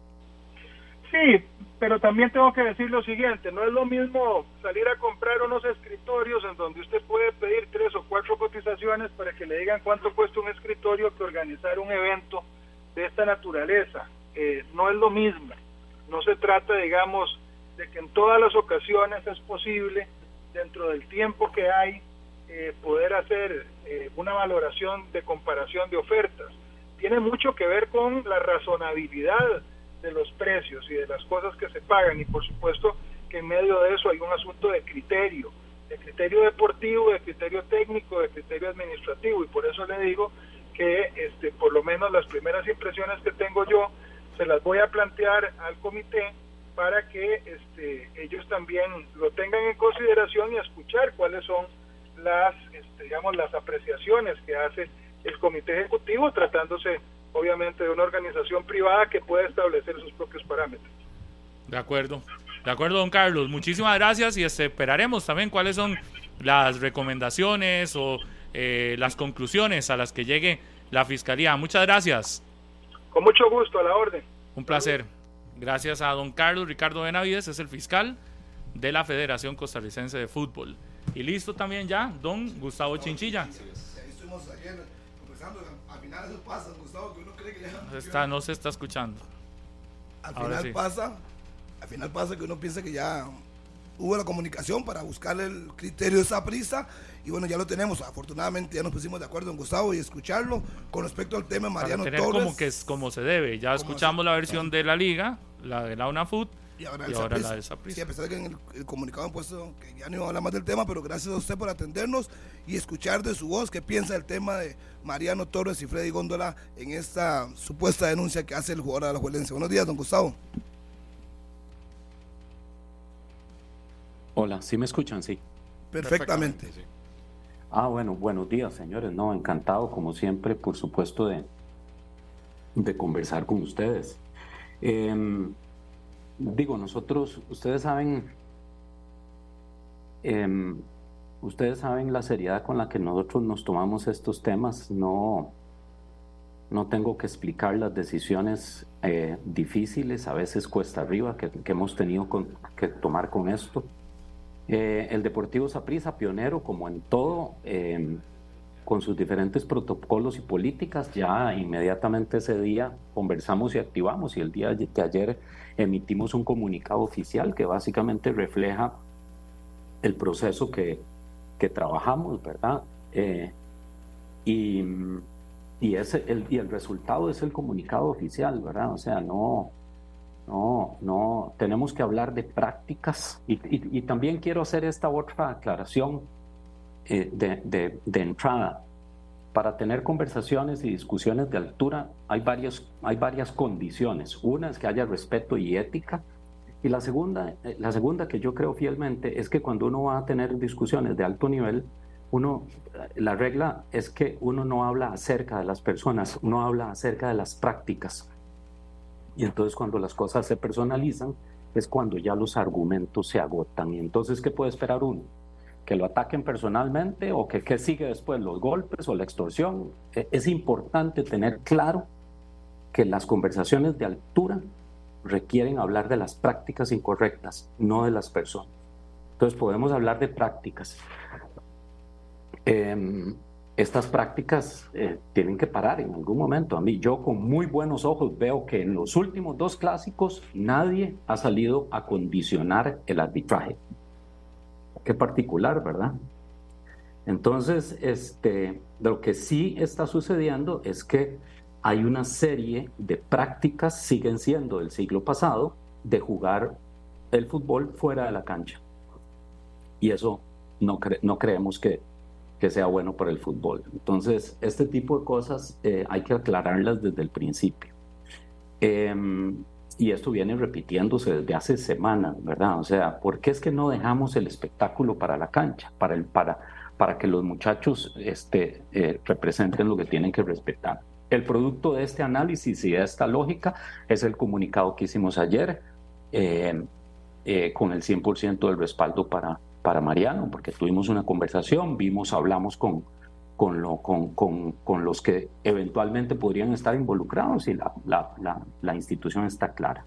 Sí, pero también tengo que decir lo siguiente, no es lo mismo salir a comprar unos escritorios en donde usted puede pedir tres o cuatro cotizaciones para que le digan cuánto cuesta un escritorio que organizar un evento de esta naturaleza. Eh, no es lo mismo, no se trata, digamos, de que en todas las ocasiones es posible, dentro del tiempo que hay, eh, poder hacer eh, una valoración de comparación de ofertas. Tiene mucho que ver con la razonabilidad de los precios y de las cosas que se pagan, y por supuesto que en medio de eso hay un asunto de criterio, de criterio deportivo, de criterio técnico, de criterio administrativo, y por eso le digo que este, por lo menos las primeras impresiones que tengo yo se las voy a plantear al comité para que este, ellos también lo tengan en consideración y escuchar cuáles son las, este, digamos, las apreciaciones que hace el comité ejecutivo, tratándose obviamente de una organización privada que puede establecer sus propios parámetros. De acuerdo, de acuerdo, don Carlos, muchísimas gracias y este, esperaremos también cuáles son las recomendaciones o eh, las conclusiones a las que llegue la Fiscalía. Muchas gracias. Con mucho gusto, a la orden. Un placer. Gracias a don Carlos Ricardo Benavides, es el fiscal de la Federación Costarricense de Fútbol. Y listo también ya, don Gustavo Chinchilla. Ahí estuvimos ayer conversando, al final eso pasa, Gustavo, que uno cree que ya... Está, no se está escuchando. Al Ahora final sí. pasa, al final pasa que uno piensa que ya hubo la comunicación para buscarle el criterio de esa prisa, y bueno, ya lo tenemos. Afortunadamente ya nos pusimos de acuerdo en Gustavo y escucharlo con respecto al tema de Mariano Para tener Torres. como que es como se debe. Ya escuchamos se, la versión de la liga, la de la UNAFUT, y ahora, y ahora la de Saprissa. Sí, a pesar de que en el, el comunicado han puesto que ya no iba a hablar más del tema, pero gracias a usted por atendernos y escuchar de su voz qué piensa del tema de Mariano Torres y Freddy Góndola en esta supuesta denuncia que hace el jugador de la Alajuelense. Buenos días, don Gustavo. Hola, ¿sí me escuchan? Sí. Perfectamente. Perfectamente, sí. Ah, bueno, buenos días, señores. No, encantado, como siempre, por supuesto, de, de conversar con ustedes. Eh, digo, nosotros, ustedes saben, eh, ustedes saben la seriedad con la que nosotros nos tomamos estos temas. No, no tengo que explicar las decisiones eh, difíciles, a veces cuesta arriba, que, que hemos tenido con, que tomar con esto. Eh, el Deportivo Saprissa, pionero como en todo, eh, con sus diferentes protocolos y políticas, ya inmediatamente ese día conversamos y activamos, y el día de ayer emitimos un comunicado oficial que básicamente refleja el proceso que, que trabajamos, ¿verdad? Eh, y, y, ese, el, y el resultado es el comunicado oficial, ¿verdad? O sea, no, no, no, tenemos que hablar de prácticas, y, y, y también quiero hacer esta otra aclaración eh, de, de, de entrada. Para tener conversaciones y discusiones de altura hay, varios, hay varias condiciones. Una es que haya respeto y ética, y la segunda, la segunda que yo creo fielmente es que cuando uno va a tener discusiones de alto nivel, uno, la regla es que uno no habla acerca de las personas, uno habla acerca de las prácticas. Y entonces cuando las cosas se personalizan es cuando ya los argumentos se agotan. Y entonces, ¿qué puede esperar uno? ¿Que lo ataquen personalmente o que, que sigue después los golpes o la extorsión? Es importante tener claro que las conversaciones de altura requieren hablar de las prácticas incorrectas, no de las personas. Entonces podemos hablar de prácticas. Eh, estas prácticas eh, tienen que parar en algún momento. A mí, yo con muy buenos ojos veo que en los últimos dos clásicos nadie ha salido a condicionar el arbitraje. Qué particular, ¿verdad? Entonces, este, lo que sí está sucediendo es que hay una serie de prácticas, siguen siendo del siglo pasado, de jugar el fútbol fuera de la cancha. Y eso no, cre no creemos que, que sea bueno para el fútbol. Entonces, este tipo de cosas eh, hay que aclararlas desde el principio. Eh, y esto viene repitiéndose desde hace semanas, ¿verdad? O sea, ¿por qué es que no dejamos el espectáculo para la cancha? Para, el, para, para que los muchachos este, eh, representen lo que tienen que respetar. El producto de este análisis y de esta lógica es el comunicado que hicimos ayer eh, eh, con el cien por ciento del respaldo para, para Mariano, porque tuvimos una conversación, vimos, hablamos con, con, lo, con, con, con los que eventualmente podrían estar involucrados y la, la, la, la institución está clara.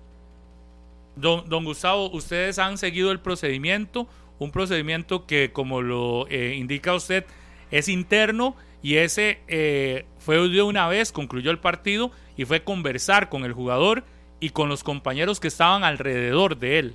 Don, don Gustavo, ustedes han seguido el procedimiento, un procedimiento que, como lo eh, indica usted, es interno. Y ese eh, fue de una vez, concluyó el partido y fue conversar con el jugador y con los compañeros que estaban alrededor de él.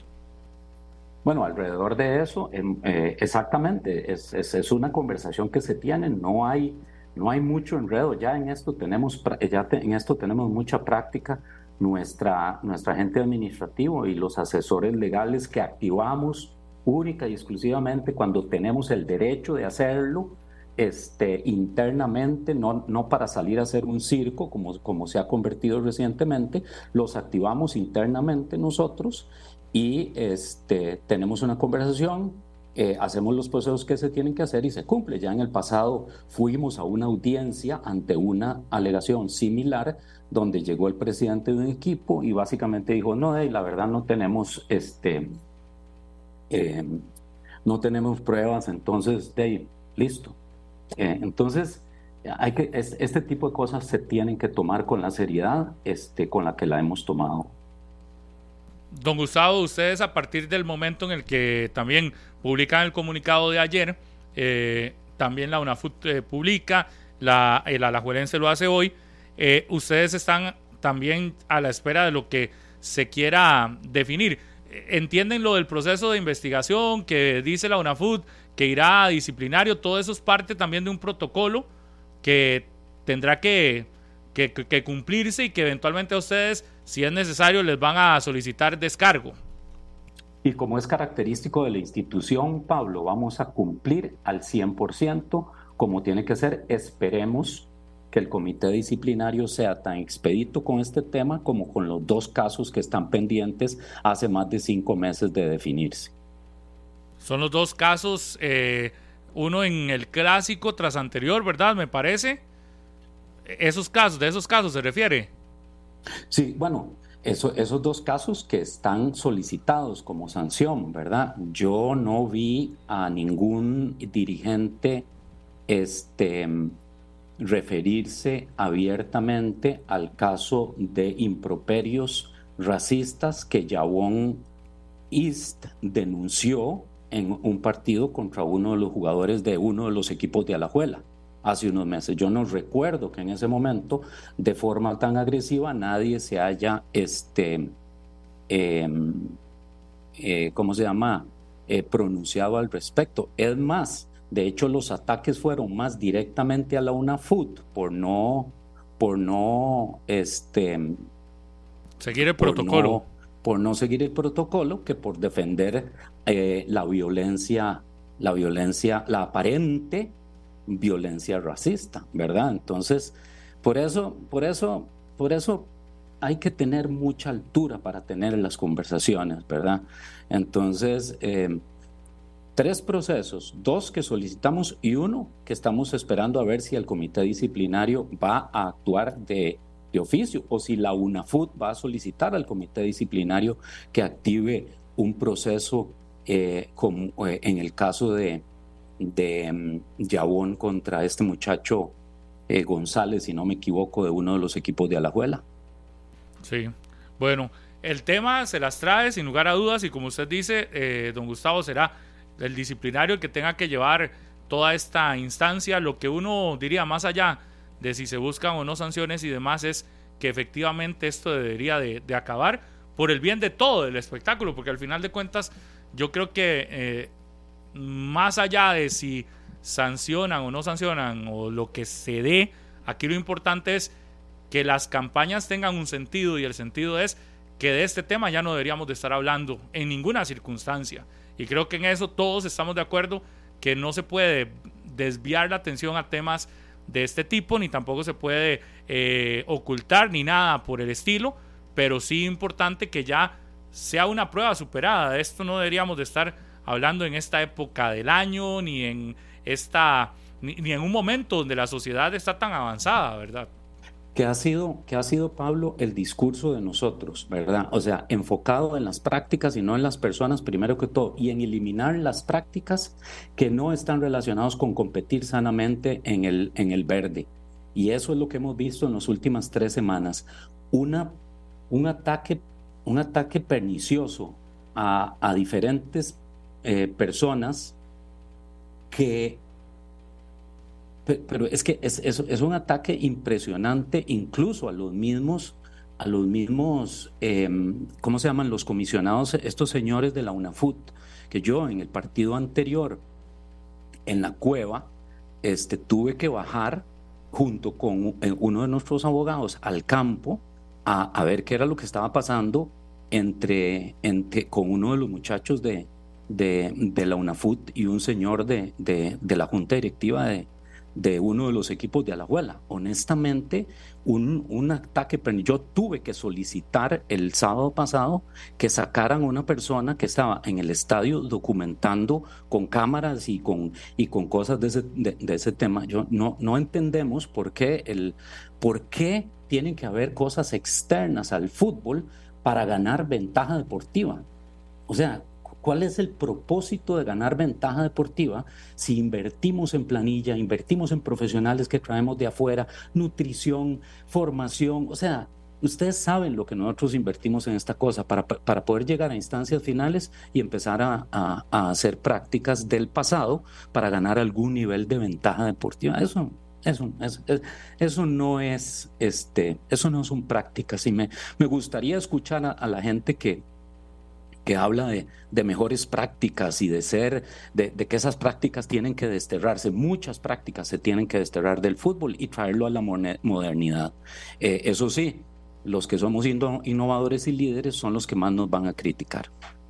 Bueno, alrededor de eso, eh, exactamente, es, es, es una conversación que se tiene, no hay, no hay mucho enredo, ya en esto tenemos, ya te, en esto tenemos mucha práctica, nuestra, nuestra gente administrativa y los asesores legales que activamos única y exclusivamente cuando tenemos el derecho de hacerlo, Este, internamente, no, no para salir a hacer un circo como, como se ha convertido recientemente, los activamos internamente nosotros y este, tenemos una conversación, eh, hacemos los procesos que se tienen que hacer y se cumple. Ya en el pasado fuimos a una audiencia ante una alegación similar donde llegó el presidente de un equipo y básicamente dijo, no, hey, la verdad no tenemos, este, eh, no tenemos pruebas, entonces, hey, listo. Eh, entonces, hay que, es, este tipo de cosas se tienen que tomar con la seriedad este, con la que la hemos tomado. Don Gustavo, ustedes a partir del momento en el que también publican el comunicado de ayer, eh, también la UNAFUT eh, publica, la, el Alajuelense lo hace hoy, eh, ustedes están también a la espera de lo que se quiera definir. ¿Entienden lo del proceso de investigación que dice la UNAFUT, que irá a disciplinario? Todo eso es parte también de un protocolo que tendrá que, que, que cumplirse y que eventualmente a ustedes, si es necesario, les van a solicitar descargo. Y como es característico de la institución, Pablo, vamos a cumplir al cien por ciento como tiene que ser. Esperemos que el comité disciplinario sea tan expedito con este tema como con los dos casos que están pendientes hace más de cinco meses de definirse. Son los dos casos, eh, uno en el clásico tras anterior, ¿verdad? Me parece. Esos casos, ¿de esos casos se refiere? Sí, bueno, eso, esos dos casos que están solicitados como sanción, ¿verdad? Yo no vi a ningún dirigente este, referirse abiertamente al caso de improperios racistas que Jabón East denunció en un partido contra uno de los jugadores de uno de los equipos de Alajuela hace unos meses. Yo no recuerdo que en ese momento, de forma tan agresiva, nadie se haya, este, eh, eh, ¿cómo se llama?, eh, pronunciado al respecto. Es más, de hecho, los ataques fueron más directamente a la UNAFUT por no, por no, este, seguir el por protocolo. No, por no seguir el protocolo que por defender eh, la violencia, la violencia, la aparente violencia racista, ¿verdad? Entonces, por eso, por eso, por eso hay que tener mucha altura para tener las conversaciones, ¿verdad? Entonces, eh, tres procesos, dos que solicitamos y uno que estamos esperando a ver si el comité disciplinario va a actuar de, de oficio o si la UNAFUT va a solicitar al comité disciplinario que active un proceso eh, como eh, en el caso de de um, Jabón contra este muchacho eh, González, si no me equivoco, de uno de los equipos de Alajuela. Sí, bueno, el tema se las trae sin lugar a dudas y como usted dice, eh, don Gustavo, será el disciplinario el que tenga que llevar toda esta instancia. Lo que uno diría más allá de si se buscan o no sanciones y demás es que efectivamente esto debería de, de acabar por el bien de todo el espectáculo, porque al final de cuentas yo creo que eh, más allá de si sancionan o no sancionan o lo que se dé, aquí lo importante es que las campañas tengan un sentido y el sentido es que de este tema ya no deberíamos de estar hablando en ninguna circunstancia y creo que en eso todos estamos de acuerdo que no se puede desviar la atención a temas de este tipo ni tampoco se puede eh, ocultar ni nada por el estilo, pero sí importante que ya sea una prueba superada. De esto no deberíamos de estar hablando en esta época del año, ni en esta, ni, ni en un momento donde la sociedad está tan avanzada, ¿verdad? Que ha sido, que ha sido, Pablo, el discurso de nosotros, ¿verdad? O sea, enfocado en las prácticas y no en las personas primero que todo, y en eliminar las prácticas que no están relacionadas con competir sanamente en el, en el verde. Y eso es lo que hemos visto en las últimas tres semanas. Una, un ataque, un ataque pernicioso a, a diferentes Eh, personas que pero es que es, es, es un ataque impresionante incluso a los mismos a los mismos eh, ¿cómo se llaman? Los comisionados, estos señores de la UNAFUT, que yo en el partido anterior en la cueva este, tuve que bajar junto con uno de nuestros abogados al campo a, a ver qué era lo que estaba pasando entre, entre con uno de los muchachos de De, de la UNAFUT y un señor de, de, de la junta directiva de, de uno de los equipos de Alajuela. Honestamente, un, un ataque, yo tuve que solicitar el sábado pasado que sacaran a una persona que estaba en el estadio documentando con cámaras y con, y con cosas de ese, de, de ese tema. Yo no, no entendemos por qué, el, por qué tienen que haber cosas externas al fútbol para ganar ventaja deportiva. O sea, ¿cuál es el propósito de ganar ventaja deportiva si invertimos en planilla, invertimos en profesionales que traemos de afuera, nutrición, formación? O sea, ustedes saben lo que nosotros invertimos en esta cosa para, para poder llegar a instancias finales y empezar a, a, a hacer prácticas del pasado para ganar algún nivel de ventaja deportiva. Eso, eso, eso, eso no es, este, eso no son prácticas. Y me, me gustaría escuchar a, a la gente que que habla de, de mejores prácticas y de ser, de, de que esas prácticas tienen que desterrarse. Muchas prácticas se tienen que desterrar del fútbol y traerlo a la modernidad. Eh, eso sí, los que somos innovadores y líderes son los que más nos van a criticar.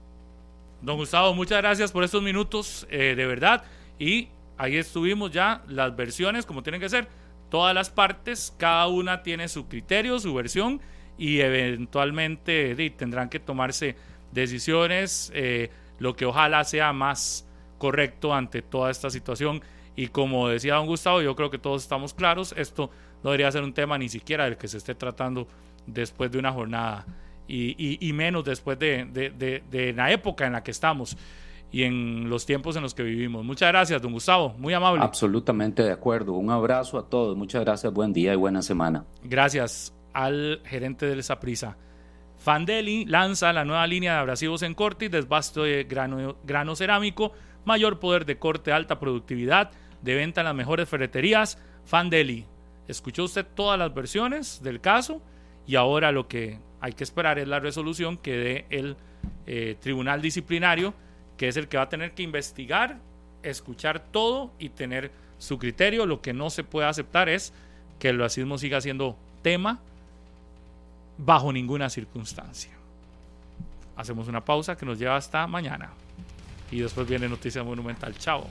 Don Gustavo, muchas gracias por estos minutos, eh, de verdad. Y ahí estuvimos ya, las versiones como tienen que ser, todas las partes, cada una tiene su criterio, su versión y eventualmente eh, tendrán que tomarse decisiones, eh, lo que ojalá sea más correcto ante toda esta situación. Y como decía don Gustavo, yo creo que todos estamos claros, esto no debería ser un tema ni siquiera del que se esté tratando después de una jornada y, y, y menos después de, de, de, de la época en la que estamos. y en los tiempos en los que vivimos. Muchas gracias, don Gustavo, muy amable. Absolutamente de acuerdo. Un abrazo a todos. Muchas gracias, buen día y buena semana. Gracias al gerente del Saprissa. Fandeli lanza la nueva línea de abrasivos en corte y desbasto de grano, grano cerámico, mayor poder de corte, alta productividad, de venta en las mejores ferreterías. Fandeli. Escuchó usted todas las versiones del caso y ahora lo que hay que esperar es la resolución que dé el eh, tribunal disciplinario, que es el que va a tener que investigar, escuchar todo y tener su criterio. Lo que no se puede aceptar es que el racismo siga siendo tema bajo ninguna circunstancia. Hacemos una pausa que nos lleva hasta mañana y después viene Noticia Monumental. Chao.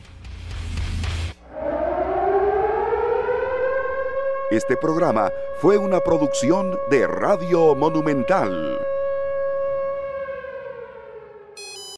Este programa fue una producción de Radio Monumental.